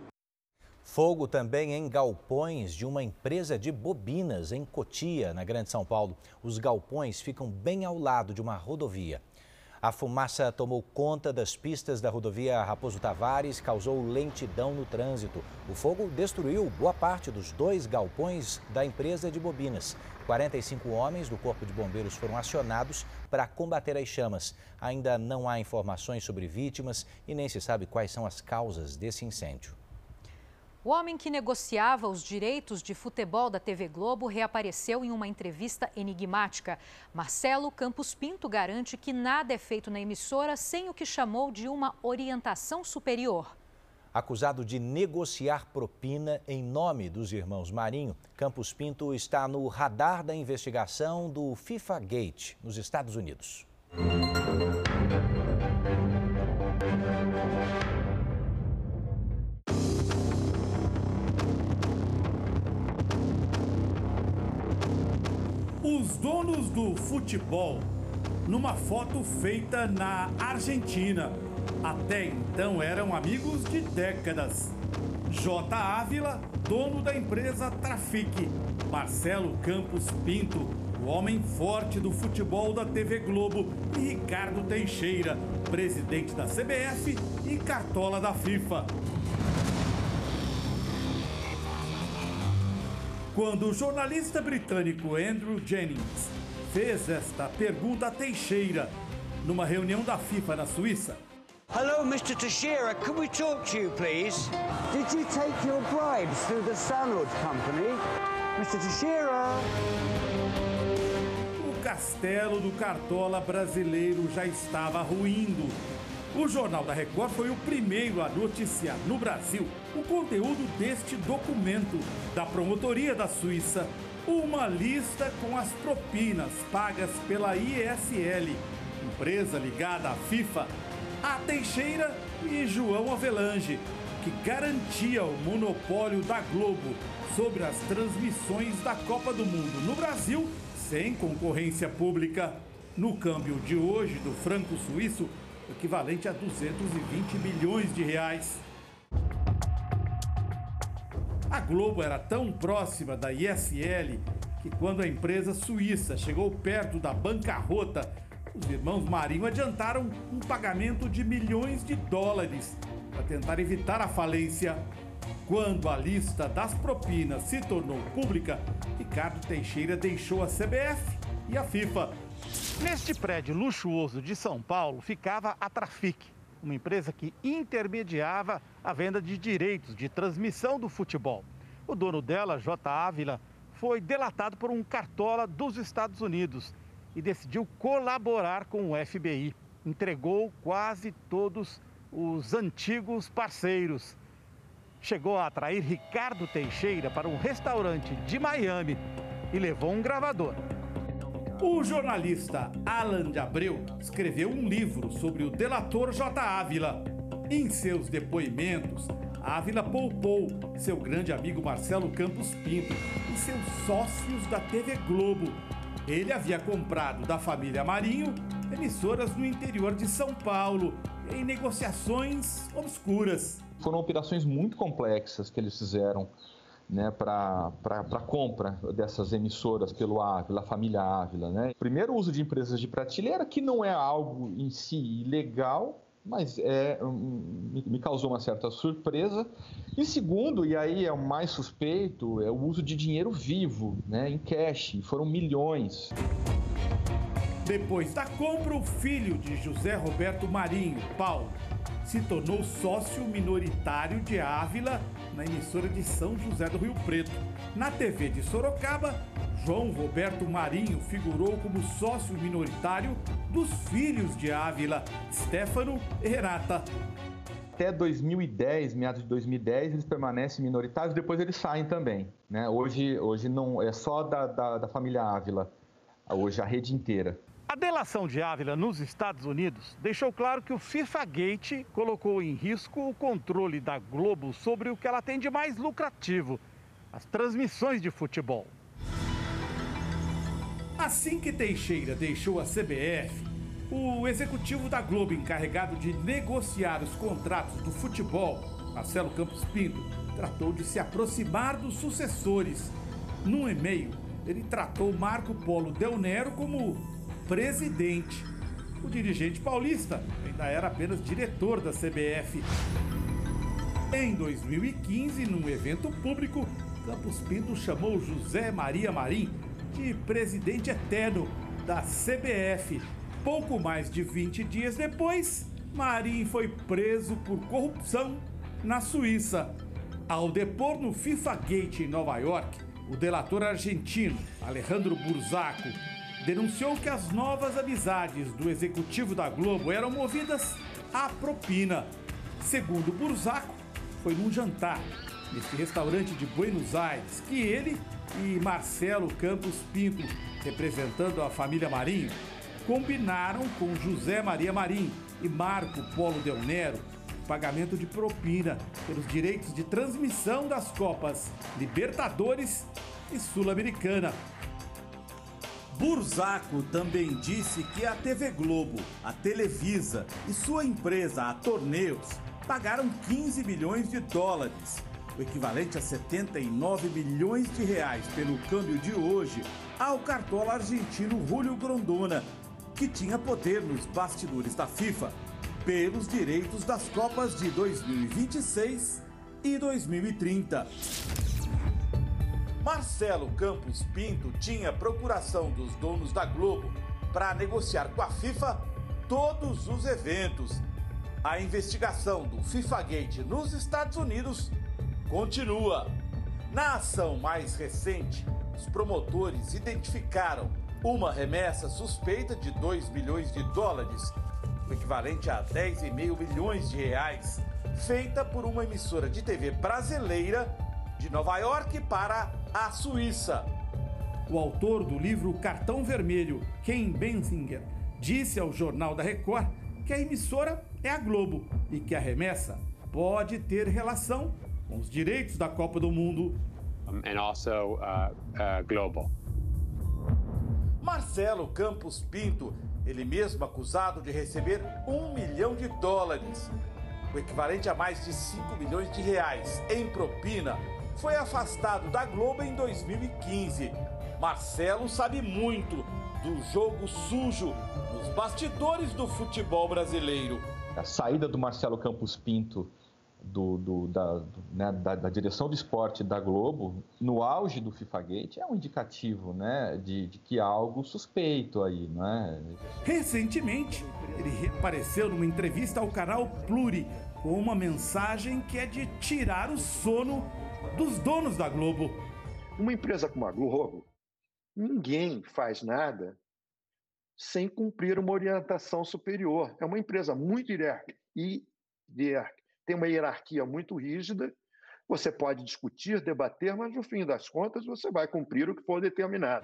Fogo também em galpões de uma empresa de bobinas em Cotia, na Grande São Paulo. Os galpões ficam bem ao lado de uma rodovia. A fumaça tomou conta das pistas da rodovia Raposo Tavares e causou lentidão no trânsito. O fogo destruiu boa parte dos dois galpões da empresa de bobinas. quarenta e cinco homens do Corpo de Bombeiros foram acionados para combater as chamas. Ainda não há informações sobre vítimas e nem se sabe quais são as causas desse incêndio. O homem que negociava os direitos de futebol da T V Globo reapareceu em uma entrevista enigmática. Marcelo Campos Pinto garante que nada é feito na emissora sem o que chamou de uma orientação superior. Acusado de negociar propina em nome dos irmãos Marinho, Campos Pinto está no radar da investigação do FIFA Gate, nos Estados Unidos. Os donos do futebol, numa foto feita na Argentina. Até então eram amigos de décadas. J. Ávila, dono da empresa Trafic. Marcelo Campos Pinto, o homem forte do futebol da T V Globo. E Ricardo Teixeira, presidente da C B F e cartola da FIFA. Quando o jornalista britânico Andrew Jennings fez esta pergunta a Teixeira numa reunião da FIFA na Suíça. Hello, mister Teixeira, can we talk to you, please? Did you take your bribes through the Sanod Company? mister Teixeira. O castelo do cartola brasileiro já estava ruindo. O Jornal da Record foi o primeiro a noticiar no Brasil o conteúdo deste documento da promotoria da Suíça, uma lista com as propinas pagas pela I S L, empresa ligada à FIFA, a Teixeira e João Avelange, que garantia o monopólio da Globo sobre as transmissões da Copa do Mundo no Brasil sem concorrência pública. No câmbio de hoje do franco suíço, equivalente a duzentos e vinte milhões de reais. A Globo era tão próxima da I S L que quando a empresa suíça chegou perto da bancarrota, os irmãos Marinho adiantaram um pagamento de milhões de dólares para tentar evitar a falência. Quando a lista das propinas se tornou pública, Ricardo Teixeira deixou a C B F e a FIFA. Neste prédio luxuoso de São Paulo ficava a Trafic, uma empresa que intermediava a venda de direitos de transmissão do futebol. O dono dela, J. Ávila, foi delatado por um cartola dos Estados Unidos e decidiu colaborar com o F B I. Entregou quase todos os antigos parceiros. Chegou a atrair Ricardo Teixeira para um restaurante de Miami e levou um gravador. O jornalista Alan de Abreu escreveu um livro sobre o delator J. Ávila. Em seus depoimentos, Ávila poupou seu grande amigo Marcelo Campos Pinto e seus sócios da T V Globo. Ele havia comprado da família Marinho emissoras no interior de São Paulo, em negociações obscuras. Foram operações muito complexas que eles fizeram, né, para a compra dessas emissoras pelo Ávila, pela família Ávila. Né? Primeiro, o uso de empresas de prateleira, que não é algo em si ilegal, mas é, me, me causou uma certa surpresa. E segundo, e aí é o mais suspeito, é o uso de dinheiro vivo, né, em cash, foram milhões. Depois da compra, o filho de José Roberto Marinho, Paulo, se tornou sócio minoritário de Ávila na emissora de São José do Rio Preto. Na T V de Sorocaba, João Roberto Marinho figurou como sócio minoritário dos filhos de Ávila, Stefano e Renata. Até dois mil e dez, meados de dois mil e dez, eles permanecem minoritários, depois eles saem também. Né? Hoje, hoje não é só da, da, da família Ávila, hoje a rede inteira. A delação de Ávila nos Estados Unidos deixou claro que o FIFAgate colocou em risco o controle da Globo sobre o que ela tem de mais lucrativo, as transmissões de futebol. Assim que Teixeira deixou a C B F, o executivo da Globo encarregado de negociar os contratos do futebol, Marcelo Campos Pinto, tratou de se aproximar dos sucessores. Num e-mail, ele tratou Marco Polo Del Nero como presidente. O dirigente paulista ainda era apenas diretor da C B F. Em dois mil e quinze, num evento público, Campos Pinto chamou José Maria Marim de presidente eterno da C B F. Pouco mais de vinte dias depois, Marim foi preso por corrupção na Suíça. Ao depor no FIFAgate em Nova York, o delator argentino Alejandro Burzaco denunciou que as novas amizades do executivo da Globo eram movidas à propina. Segundo Burzaco, foi num jantar neste restaurante de Buenos Aires que ele e Marcelo Campos Pinto, representando a família Marinho, combinaram com José Maria Marim e Marco Polo Del Nero o pagamento de propina pelos direitos de transmissão das Copas Libertadores e Sul-Americana. Burzaco também disse que a T V Globo, a Televisa e sua empresa, a Torneos, pagaram quinze milhões de dólares, o equivalente a setenta e nove milhões de reais pelo câmbio de hoje, ao cartola argentino Julio Grondona, que tinha poder nos bastidores da FIFA, pelos direitos das Copas de dois mil e vinte e seis e dois mil e trinta. Marcelo Campos Pinto tinha procuração dos donos da Globo para negociar com a FIFA todos os eventos. A investigação do FIFAgate nos Estados Unidos continua. Na ação mais recente, os promotores identificaram uma remessa suspeita de dois milhões de dólares, o equivalente a dez vírgula cinco milhões de reais, feita por uma emissora de T V brasileira de Nova York para a Suíça. O autor do livro Cartão Vermelho, Ken Bensinger, disse ao Jornal da Record que a emissora é a Globo e que a remessa pode ter relação com os direitos da Copa do Mundo. And also uh, uh, global. Marcelo Campos Pinto, ele mesmo acusado de receber um milhão de dólares, o equivalente a mais de cinco milhões de reais em propina, foi afastado da Globo em dois mil e quinze. Marcelo sabe muito do jogo sujo nos bastidores do futebol brasileiro. A saída do Marcelo Campos Pinto do, do, da, né, da, da direção do esporte da Globo, no auge do FIFAgate, é um indicativo, né, de, de que há algo suspeito aí, né? Recentemente, ele reapareceu numa entrevista ao canal Pluri com uma mensagem que é de tirar o sono dos donos da Globo. Uma empresa como a Globo, ninguém faz nada sem cumprir uma orientação superior. É uma empresa muito hierárquica e tem uma hierarquia muito rígida. Você pode discutir, debater, mas no fim das contas você vai cumprir o que for determinado.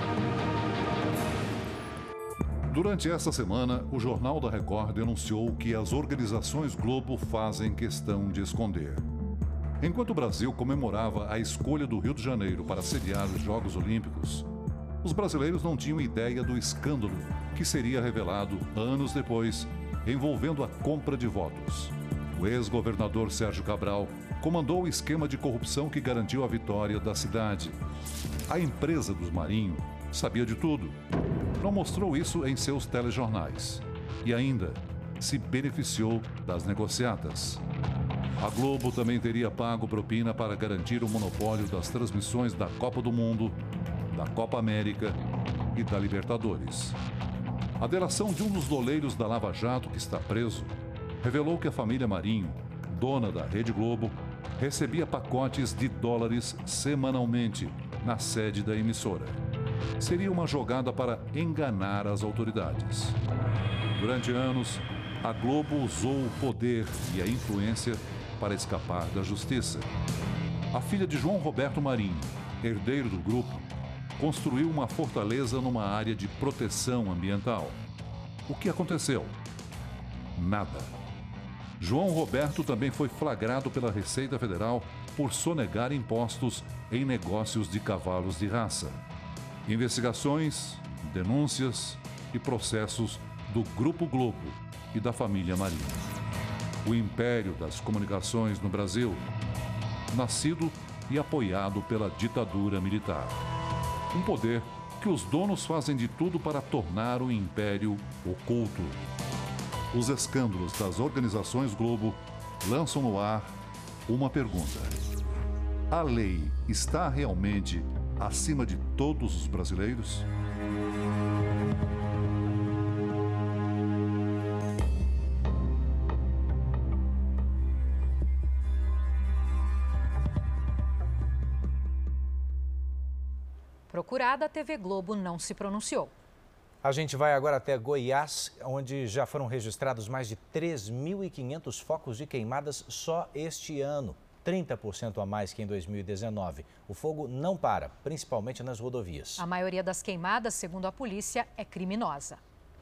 Durante essa semana, o Jornal da Record denunciou que as organizações Globo fazem questão de esconder. Enquanto o Brasil comemorava a escolha do Rio de Janeiro para sediar os Jogos Olímpicos, os brasileiros não tinham ideia do escândalo que seria revelado anos depois, envolvendo a compra de votos. O ex-governador Sérgio Cabral comandou o esquema de corrupção que garantiu a vitória da cidade. A empresa dos Marinho sabia de tudo. Não mostrou isso em seus telejornais. E ainda se beneficiou das negociatas. A Globo também teria pago propina para garantir o monopólio das transmissões da Copa do Mundo, da Copa América e da Libertadores. A delação de um dos doleiros da Lava Jato, que está preso, revelou que a família Marinho, dona da Rede Globo, recebia pacotes de dólares semanalmente na sede da emissora. Seria uma jogada para enganar as autoridades. Durante anos, a Globo usou o poder e a influência para escapar da justiça. A filha de João Roberto Marinho, herdeiro do grupo, construiu uma fortaleza numa área de proteção ambiental. O que aconteceu? Nada. João Roberto também foi flagrado pela Receita Federal por sonegar impostos em negócios de cavalos de raça. Investigações, denúncias e processos do Grupo Globo e da família Marinho. O império das comunicações no Brasil, nascido e apoiado pela ditadura militar. Um poder que os donos fazem de tudo para tornar o império oculto. Os escândalos das organizações Globo lançam no ar uma pergunta: a lei está realmente acima de todos os brasileiros? Procurada, a T V Globo não se pronunciou. A gente vai agora até Goiás, onde já foram registrados mais de três mil e quinhentos focos de queimadas só este ano, trinta por cento a mais que em dois mil e dezenove. O fogo não para, principalmente nas rodovias. A maioria das queimadas, segundo a polícia, é criminosa.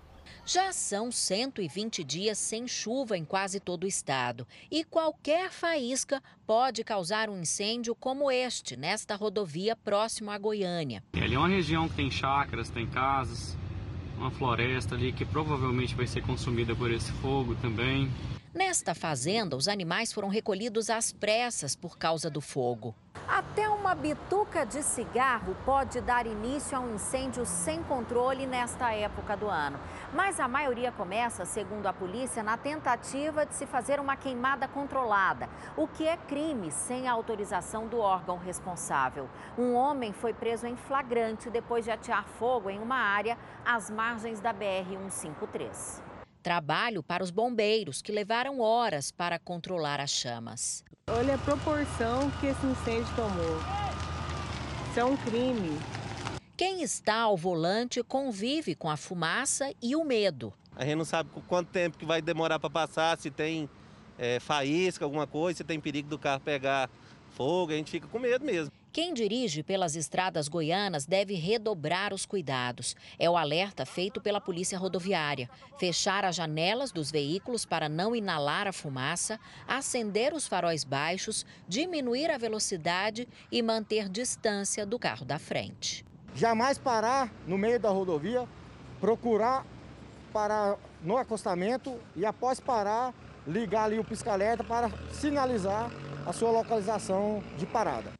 Já são cento e vinte dias sem chuva em quase todo o estado. E qualquer faísca pode causar um incêndio como este, nesta rodovia próximo a Goiânia. Ali é uma região que tem chácaras, tem casas, uma floresta ali que provavelmente vai ser consumida por esse fogo também. Nesta fazenda, os animais foram recolhidos às pressas por causa do fogo. Até uma bituca de cigarro pode dar início a um incêndio sem controle nesta época do ano. Mas a maioria começa, segundo a polícia, na tentativa de se fazer uma queimada controlada, o que é crime sem a autorização do órgão responsável. Um homem foi preso em flagrante depois de atear fogo em uma área às margens da B R cento e cinquenta e três. Trabalho para os bombeiros, que levaram horas para controlar as chamas. Olha a proporção que esse incêndio tomou. Isso é um crime. Quem está ao volante convive com a fumaça e o medo. A gente não sabe quanto tempo que vai demorar para passar, se tem é, faísca, alguma coisa, se tem perigo do carro pegar fogo, a gente fica com medo mesmo. Quem dirige pelas estradas goianas deve redobrar os cuidados. É o alerta feito pela Polícia Rodoviária. Fechar as janelas dos veículos para não inalar a fumaça, acender os faróis baixos, diminuir a velocidade e manter distância do carro da frente. Jamais parar no meio da rodovia, procurar parar no acostamento e após parar, ligar ali o pisca-alerta para sinalizar a sua localização de parada.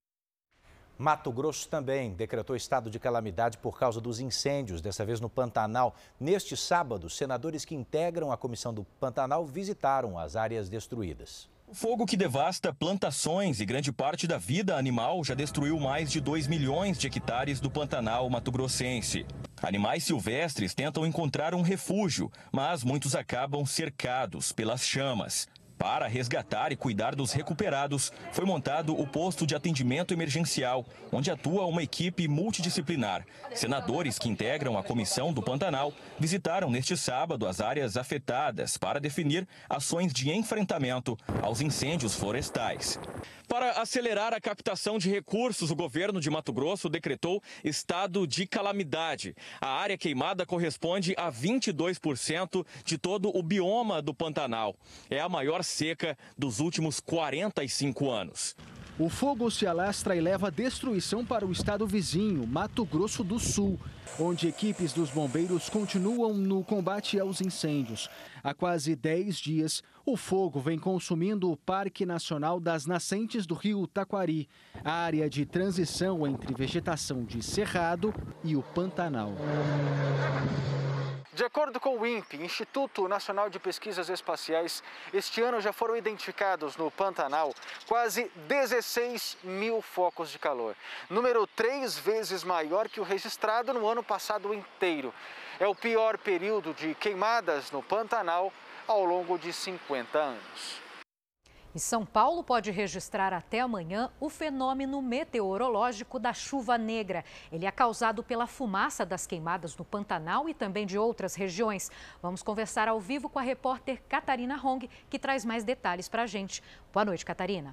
Mato Grosso também decretou estado de calamidade por causa dos incêndios, dessa vez no Pantanal. Neste sábado, senadores que integram a comissão do Pantanal visitaram as áreas destruídas. O fogo que devasta plantações e grande parte da vida animal já destruiu mais de dois milhões de hectares do Pantanal mato-grossense. Animais silvestres tentam encontrar um refúgio, mas muitos acabam cercados pelas chamas. Para resgatar e cuidar dos recuperados, foi montado o posto de atendimento emergencial, onde atua uma equipe multidisciplinar. Senadores que integram a comissão do Pantanal visitaram neste sábado as áreas afetadas para definir ações de enfrentamento aos incêndios florestais. Para acelerar a captação de recursos, o governo de Mato Grosso decretou estado de calamidade. A área queimada corresponde a vinte e dois por cento de todo o bioma do Pantanal. É a maior seca dos últimos quarenta e cinco anos. O fogo se alastra e leva destruição para o estado vizinho, Mato Grosso do Sul, onde equipes dos bombeiros continuam no combate aos incêndios. Há quase dez dias, o fogo vem consumindo o Parque Nacional das Nascentes do Rio Taquari, área de transição entre vegetação de cerrado e o Pantanal. De acordo com o INPE, Instituto Nacional de Pesquisas Espaciais, este ano já foram identificados no Pantanal quase dezesseis mil focos de calor, número três vezes maior que o registrado no ano passado inteiro. É o pior período de queimadas no Pantanal ao longo de cinquenta anos. E São Paulo pode registrar até amanhã o fenômeno meteorológico da chuva negra. Ele é causado pela fumaça das queimadas no Pantanal e também de outras regiões. Vamos conversar ao vivo com a repórter Catarina Hong, que traz mais detalhes para a gente. Boa noite, Catarina.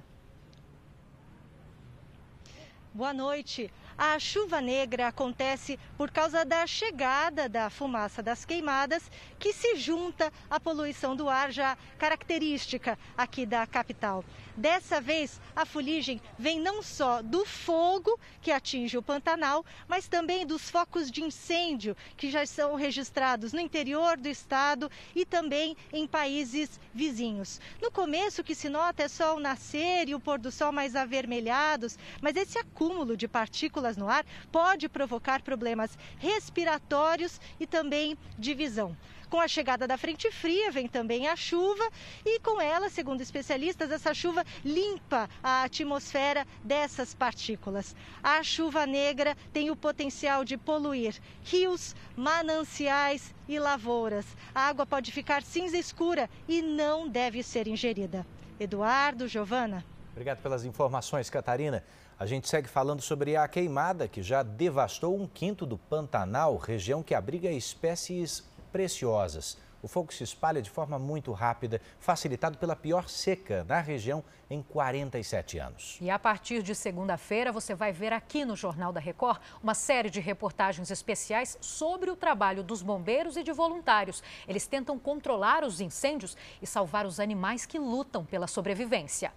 Boa noite. A chuva negra acontece por causa da chegada da fumaça das queimadas, que se junta à poluição do ar já característica aqui da capital. Dessa vez, a fuligem vem não só do fogo que atinge o Pantanal, mas também dos focos de incêndio que já são registrados no interior do estado e também em países vizinhos. No começo, o que se nota é só o nascer e o pôr do sol mais avermelhados, mas esse acúmulo de partículas no ar pode provocar problemas respiratórios e também de visão. Com a chegada da frente fria vem também a chuva e com ela, segundo especialistas, essa chuva limpa a atmosfera dessas partículas. A chuva negra tem o potencial de poluir rios, mananciais e lavouras. A água pode ficar cinza escura e não deve ser ingerida. Eduardo, Giovana. Obrigado pelas informações, Catarina. A gente segue falando sobre a queimada que já devastou um quinto do Pantanal, região que abriga espécies preciosas. O fogo se espalha de forma muito rápida, facilitado pela pior seca na região em quarenta e sete anos. E a partir de segunda-feira você vai ver aqui no Jornal da Record uma série de reportagens especiais sobre o trabalho dos bombeiros e de voluntários. Eles tentam controlar os incêndios e salvar os animais que lutam pela sobrevivência.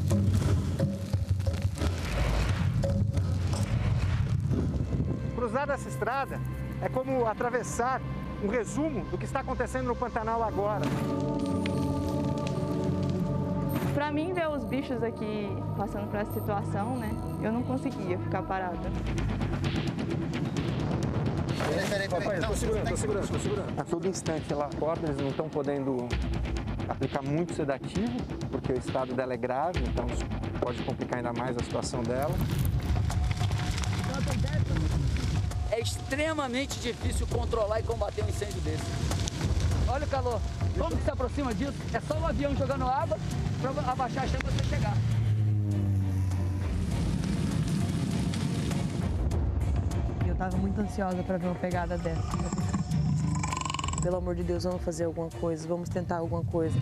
Cruzar essa estrada é como atravessar um resumo do que está acontecendo no Pantanal agora. Para mim, ver os bichos aqui passando por essa situação, né? Eu não conseguia ficar parada. Peraí, peraí, peraí. Estou segurando, estou segurando, estou segurando. A todo instante ela acorda, eles não estão podendo aplicar muito sedativo, porque o estado dela é grave, então isso pode complicar ainda mais a situação dela. É extremamente difícil controlar e combater um incêndio desse. Olha o calor. Como que se aproxima disso? É só um avião jogando água para abaixar a chama para você chegar. Eu estava muito ansiosa para ver uma pegada dessa. Pelo amor de Deus, vamos fazer alguma coisa, vamos tentar alguma coisa.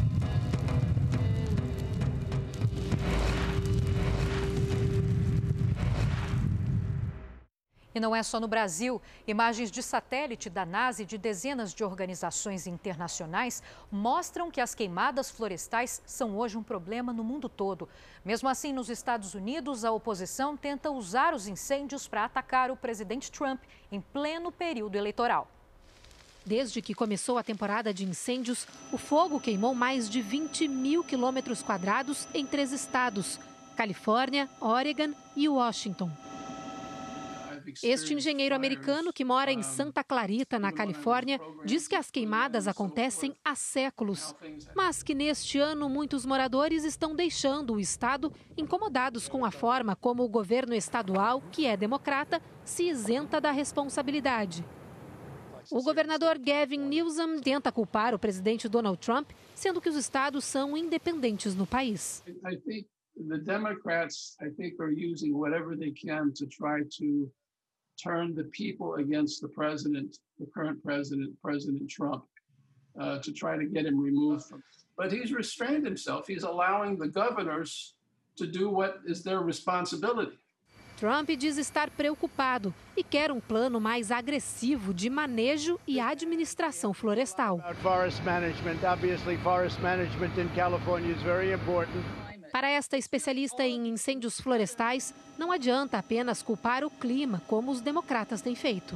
E não é só no Brasil. Imagens de satélite da NASA e de dezenas de organizações internacionais mostram que as queimadas florestais são hoje um problema no mundo todo. Mesmo assim, nos Estados Unidos, a oposição tenta usar os incêndios para atacar o presidente Trump em pleno período eleitoral. Desde que começou a temporada de incêndios, o fogo queimou mais de vinte mil quilômetros quadrados em três estados: Califórnia, Oregon e Washington. Este engenheiro americano, que mora em Santa Clarita, na Califórnia, diz que as queimadas acontecem há séculos, mas que neste ano muitos moradores estão deixando o estado incomodados com a forma como o governo estadual, que é democrata, se isenta da responsabilidade. O governador Gavin Newsom tenta culpar o presidente Donald Trump, sendo que os estados são independentes no país. The Democrats, I think, are using whatever they can to try to turn the people against the president, the current president, President Trump, uh, to try to get him removed from. But he's restrained himself. He's allowing the governors to do what is their responsibility. Trump diz estar preocupado e quer um plano mais agressivo de manejo e administração florestal. Forest management, obviously, forest management in California is very important. Para esta especialista em incêndios florestais, não adianta apenas culpar o clima, como os democratas têm feito.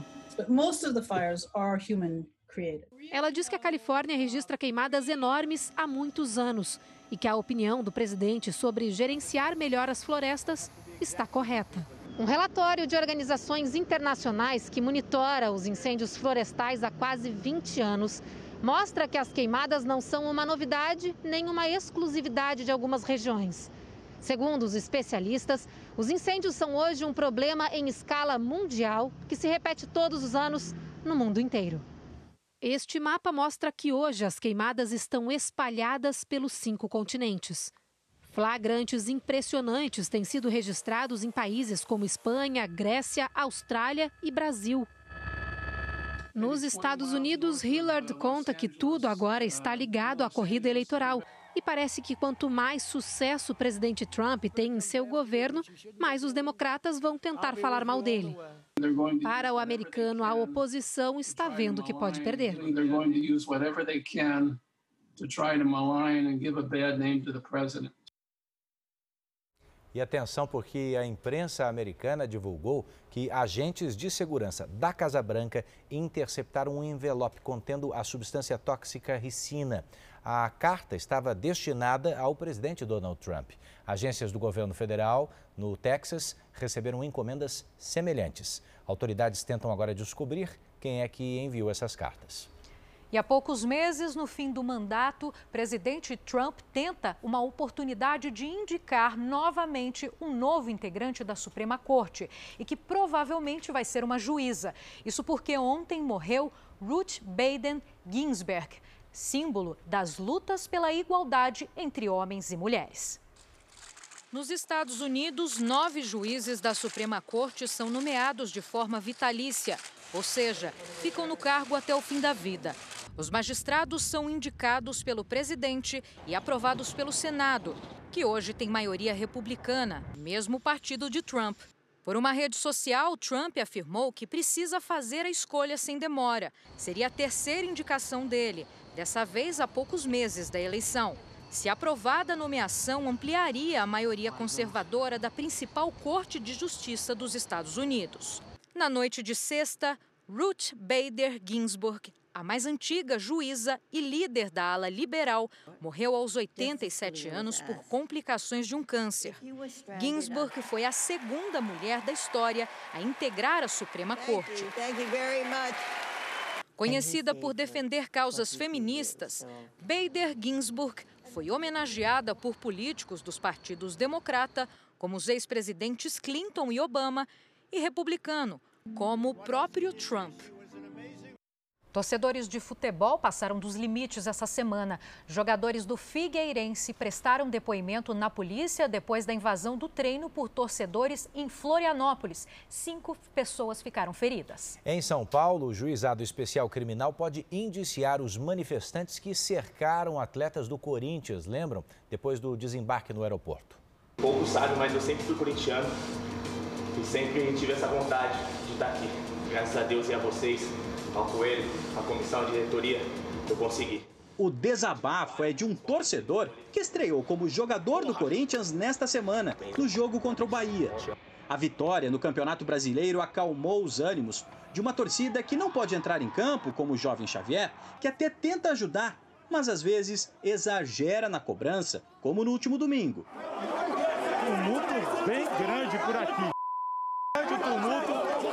Ela diz que a Califórnia registra queimadas enormes há muitos anos e que a opinião do presidente sobre gerenciar melhor as florestas está correta. Um relatório de organizações internacionais que monitora os incêndios florestais há quase vinte anos mostra que as queimadas não são uma novidade nem uma exclusividade de algumas regiões. Segundo os especialistas, os incêndios são hoje um problema em escala mundial que se repete todos os anos no mundo inteiro. Este mapa mostra que hoje as queimadas estão espalhadas pelos cinco continentes. Flagrantes impressionantes têm sido registrados em países como Espanha, Grécia, Austrália e Brasil. Nos Estados Unidos, Hillard conta que tudo agora está ligado à corrida eleitoral. E parece que quanto mais sucesso o presidente Trump tem em seu governo, mais os democratas vão tentar falar mal dele. Para o americano, a oposição está vendo que pode perder. E atenção, porque a imprensa americana divulgou que agentes de segurança da Casa Branca interceptaram um envelope contendo a substância tóxica ricina. A carta estava destinada ao presidente Donald Trump. Agências do governo federal no Texas receberam encomendas semelhantes. Autoridades tentam agora descobrir quem é que enviou essas cartas. E há poucos meses, no fim do mandato, o presidente Trump tenta uma oportunidade de indicar novamente um novo integrante da Suprema Corte e que provavelmente vai ser uma juíza. Isso porque ontem morreu Ruth Bader Ginsburg, símbolo das lutas pela igualdade entre homens e mulheres. Nos Estados Unidos, nove juízes da Suprema Corte são nomeados de forma vitalícia, ou seja, ficam no cargo até o fim da vida. Os magistrados são indicados pelo presidente e aprovados pelo Senado, que hoje tem maioria republicana, mesmo partido de Trump. Por uma rede social, Trump afirmou que precisa fazer a escolha sem demora. Seria a terceira indicação dele, dessa vez há poucos meses da eleição. Se aprovada a nomeação, ampliaria a maioria conservadora da principal Corte de Justiça dos Estados Unidos. Na noite de sexta, Ruth Bader Ginsburg, a mais antiga juíza e líder da ala liberal, morreu aos oitenta e sete anos por complicações de um câncer. Ginsburg foi a segunda mulher da história a integrar a Suprema Corte. Conhecida por defender causas feministas, Bader Ginsburg foi homenageada por políticos dos partidos democrata, como os ex-presidentes Clinton e Obama, e republicano, como o próprio Trump. Torcedores de futebol passaram dos limites essa semana. Jogadores do Figueirense prestaram depoimento na polícia depois da invasão do treino por torcedores em Florianópolis. Cinco pessoas ficaram feridas. Em São Paulo, o Juizado Especial Criminal pode indiciar os manifestantes que cercaram atletas do Corinthians, lembram? Depois do desembarque no aeroporto. Pouco sabe, mas eu sempre fui corintiano e sempre tive essa vontade de estar aqui. Graças a Deus e a vocês, ao Coelho, a comissão de diretoria, eu consegui. O desabafo é de um torcedor que estreou como jogador do Corinthians nesta semana, no jogo contra o Bahia. A vitória no Campeonato Brasileiro acalmou os ânimos de uma torcida que não pode entrar em campo, como o jovem Xavier, que até tenta ajudar, mas às vezes exagera na cobrança, como no último domingo. Tumulto bem grande por aqui. Grande tumulto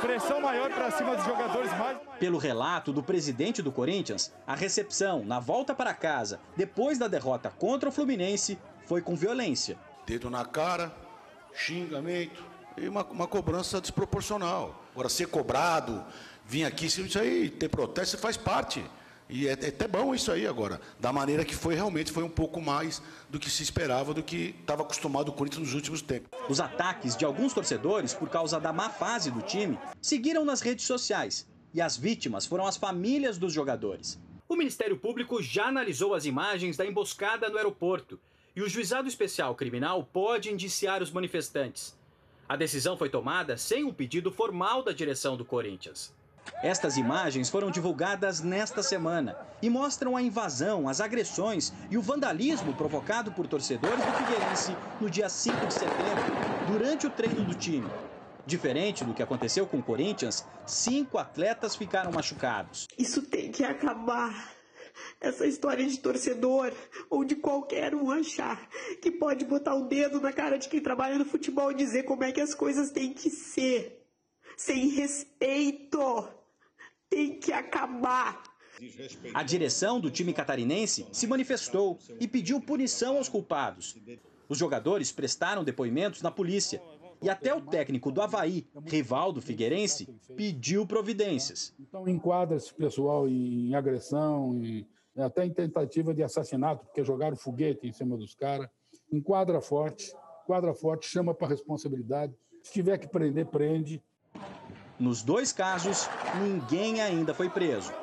pressão maior para cima dos jogadores mais. Pelo relato do presidente do Corinthians, a recepção na volta para casa, depois da derrota contra o Fluminense, foi com violência. Dedo na cara, xingamento e uma, uma cobrança desproporcional. Agora, ser cobrado, vir aqui, isso aí, ter protesto, faz parte. E é, é até bom isso aí agora, da maneira que foi realmente, foi um pouco mais do que se esperava, do que estava acostumado o Corinthians nos últimos tempos. Os ataques de alguns torcedores por causa da má fase do time seguiram nas redes sociais e as vítimas foram as famílias dos jogadores. O Ministério Público já analisou as imagens da emboscada no aeroporto e o Juizado Especial Criminal pode indiciar os manifestantes. A decisão foi tomada sem o pedido formal da direção do Corinthians. Estas imagens foram divulgadas nesta semana e mostram a invasão, as agressões e o vandalismo provocado por torcedores do Figueirense no dia cinco de setembro, durante o treino do time. Diferente do que aconteceu com o Corinthians, cinco atletas ficaram machucados. Isso tem que acabar. Essa história de torcedor ou de qualquer um achar que pode botar o dedo na cara de quem trabalha no futebol e dizer como é que as coisas têm que ser. Sem respeito. Tem que acabar. A direção do time catarinense se manifestou e pediu punição aos culpados. Os jogadores prestaram depoimentos na polícia. E até o técnico do Avaí, rival do Figueirense, pediu providências. Então enquadra esse pessoal em agressão, em, até em tentativa de assassinato, porque jogaram foguete em cima dos caras. Enquadra forte, enquadra forte, chama para responsabilidade. Se tiver que prender, prende. Nos dois casos, ninguém ainda foi preso.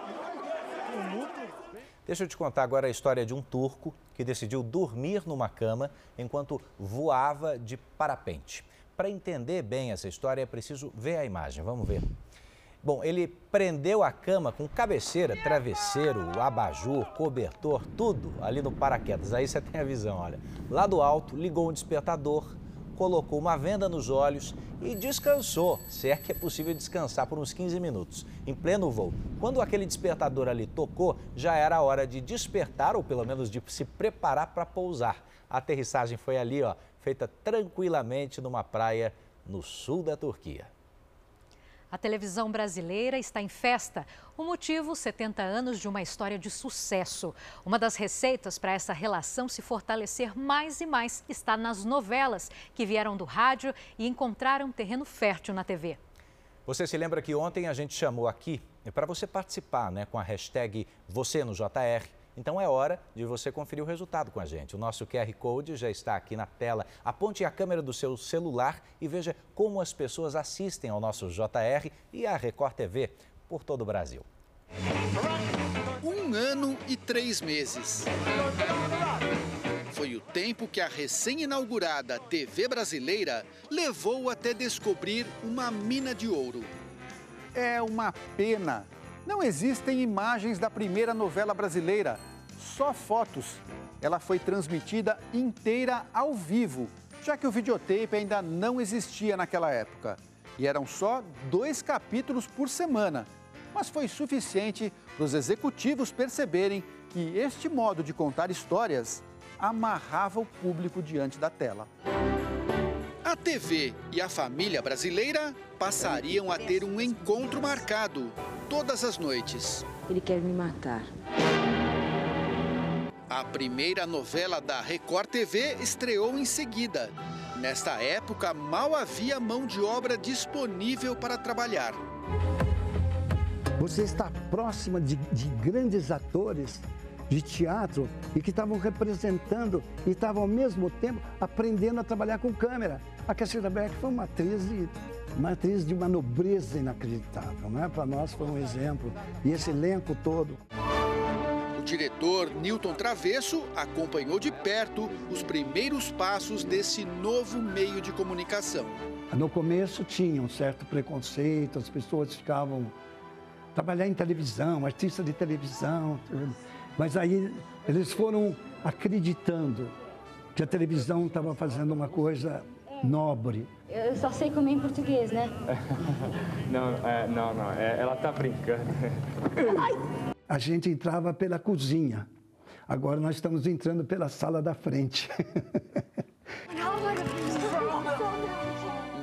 Deixa eu te contar agora a história de um turco que decidiu dormir numa cama enquanto voava de parapente. Para entender bem essa história é preciso ver a imagem. Vamos ver. Bom, ele prendeu a cama com cabeceira, travesseiro, abajur, cobertor, tudo ali no paraquedas. Aí você tem a visão, olha. Lá do alto, ligou um despertador, colocou uma venda nos olhos e descansou, se é que é possível descansar por uns quinze minutos, em pleno voo. Quando aquele despertador ali tocou, já era a hora de despertar, ou pelo menos de se preparar para pousar. A aterrissagem foi ali, ó, feita tranquilamente numa praia no sul da Turquia. A televisão brasileira está em festa. O motivo, setenta anos de uma história de sucesso. Uma das receitas para essa relação se fortalecer mais e mais está nas novelas, que vieram do rádio e encontraram terreno fértil na T V. Você se lembra que ontem a gente chamou aqui para você participar, né, com a hashtag Você no J R. Então é hora de você conferir o resultado com a gente. O nosso Q R Code já está aqui na tela. Aponte a câmera do seu celular e veja como as pessoas assistem ao nosso J R e à Record T V por todo o Brasil. Um ano e três meses. Foi o tempo que a recém-inaugurada T V brasileira levou até descobrir uma mina de ouro. É uma pena. Não existem imagens da primeira novela brasileira, só fotos. Ela foi transmitida inteira ao vivo, já que o videotape ainda não existia naquela época. E eram só dois capítulos por semana. Mas foi suficiente para os executivos perceberem que este modo de contar histórias amarrava o público diante da tela. A T V e a família brasileira passariam a ter um encontro marcado todas as noites. Ele quer me matar. A primeira novela da Record T V estreou em seguida. Nesta época, mal havia mão de obra disponível para trabalhar. Você está próxima de, de grandes atores de teatro e que estavam representando e estavam ao mesmo tempo aprendendo a trabalhar com câmera. A Cassandra Beck foi uma atriz de, uma atriz de uma nobreza inacreditável, né? Para nós foi um exemplo. E esse elenco todo. O diretor Newton Travesso acompanhou de perto os primeiros passos desse novo meio de comunicação. No começo tinha um certo preconceito, as pessoas ficavam... Trabalhar em televisão, artista de televisão... Tudo. Mas aí eles foram acreditando que a televisão estava fazendo uma coisa nobre. Eu só sei comer em português, né? Não, é, não, não. É, ela tá brincando. A gente entrava pela cozinha. Agora nós estamos entrando pela sala da frente.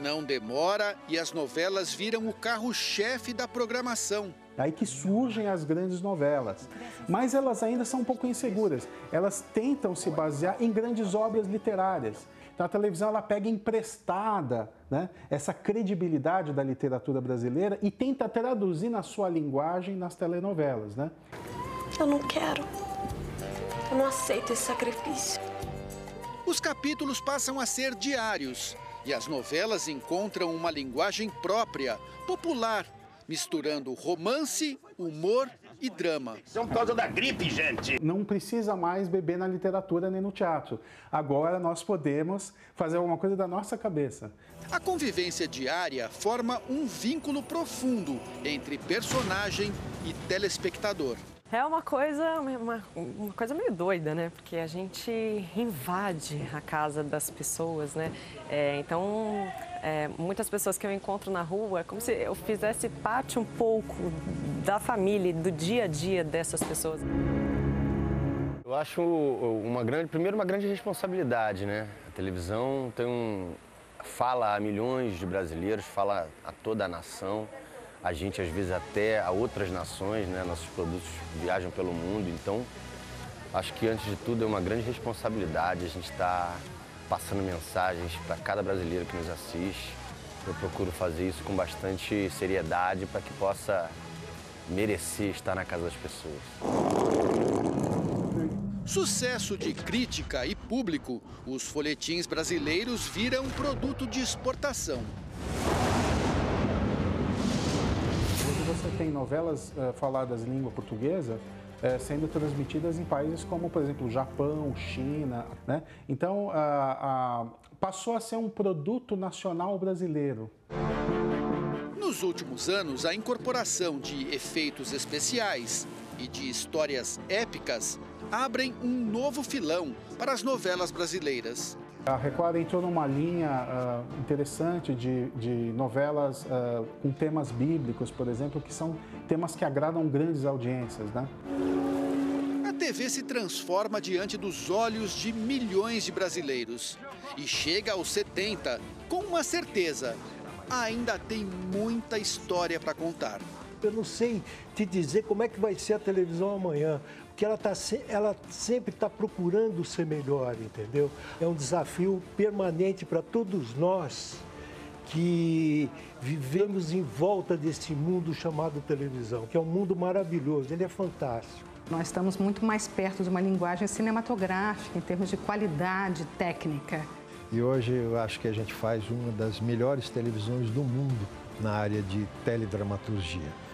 Não demora e as novelas viram o carro-chefe da programação. Aí que surgem as grandes novelas, mas elas ainda são um pouco inseguras. Elas tentam se basear em grandes obras literárias. Então a televisão ela pega emprestada, né, essa credibilidade da literatura brasileira e tenta traduzir na sua linguagem nas telenovelas, né? Eu não quero. Eu não aceito esse sacrifício. Os capítulos passam a ser diários e as novelas encontram uma linguagem própria, popular, misturando romance, humor e drama. São por causa da gripe, gente. Não precisa mais beber na literatura nem no teatro. Agora nós podemos fazer alguma coisa da nossa cabeça. A convivência diária forma um vínculo profundo entre personagem e telespectador. É uma coisa, uma, uma coisa meio doida, né? Porque a gente invade a casa das pessoas, né? É, então, é, muitas pessoas que eu encontro na rua, é como se eu fizesse parte um pouco da família, do dia a dia dessas pessoas. Eu acho uma grande, primeiro uma grande responsabilidade, né? A televisão tem um, fala a milhões de brasileiros, fala a toda a nação. A gente, às vezes, até a outras nações, né? Nossos produtos viajam pelo mundo, então acho que, antes de tudo, é uma grande responsabilidade a gente estar passando mensagens para cada brasileiro que nos assiste. Eu procuro fazer isso com bastante seriedade para que possa merecer estar na casa das pessoas. Sucesso de crítica e público, os folhetins brasileiros viram produto de exportação. Você tem novelas uh, faladas em língua portuguesa uh, sendo transmitidas em países como, por exemplo, Japão, China, né? Então, uh, uh, passou a ser um produto nacional brasileiro. Nos últimos anos, a incorporação de efeitos especiais e de histórias épicas abrem um novo filão para as novelas brasileiras. A Record entrou numa linha uh, interessante de, de novelas uh, com temas bíblicos, por exemplo, que são temas que agradam grandes audiências, né? A T V se transforma diante dos olhos de milhões de brasileiros e chega aos setenta com uma certeza: ainda tem muita história para contar. Eu não sei te dizer como é que vai ser a televisão amanhã, porque ela, tá, ela sempre está procurando ser melhor, entendeu? É um desafio permanente para todos nós que vivemos em volta desse mundo chamado televisão, que é um mundo maravilhoso, ele é fantástico. Nós estamos muito mais perto de uma linguagem cinematográfica, em termos de qualidade técnica. E hoje eu acho que a gente faz uma das melhores televisões do mundo na área de teledramaturgia.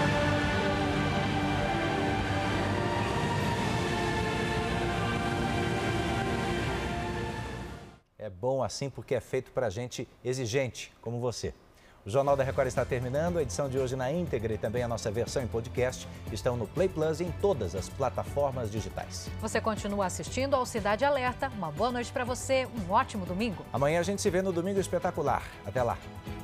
É bom assim porque é feito para gente exigente, como você. O Jornal da Record está terminando, a edição de hoje na íntegra e também a nossa versão em podcast estão no Play Plus e em todas as plataformas digitais. Você continua assistindo ao Cidade Alerta. Uma boa noite para você, um ótimo domingo. Amanhã a gente se vê no Domingo Espetacular. Até lá.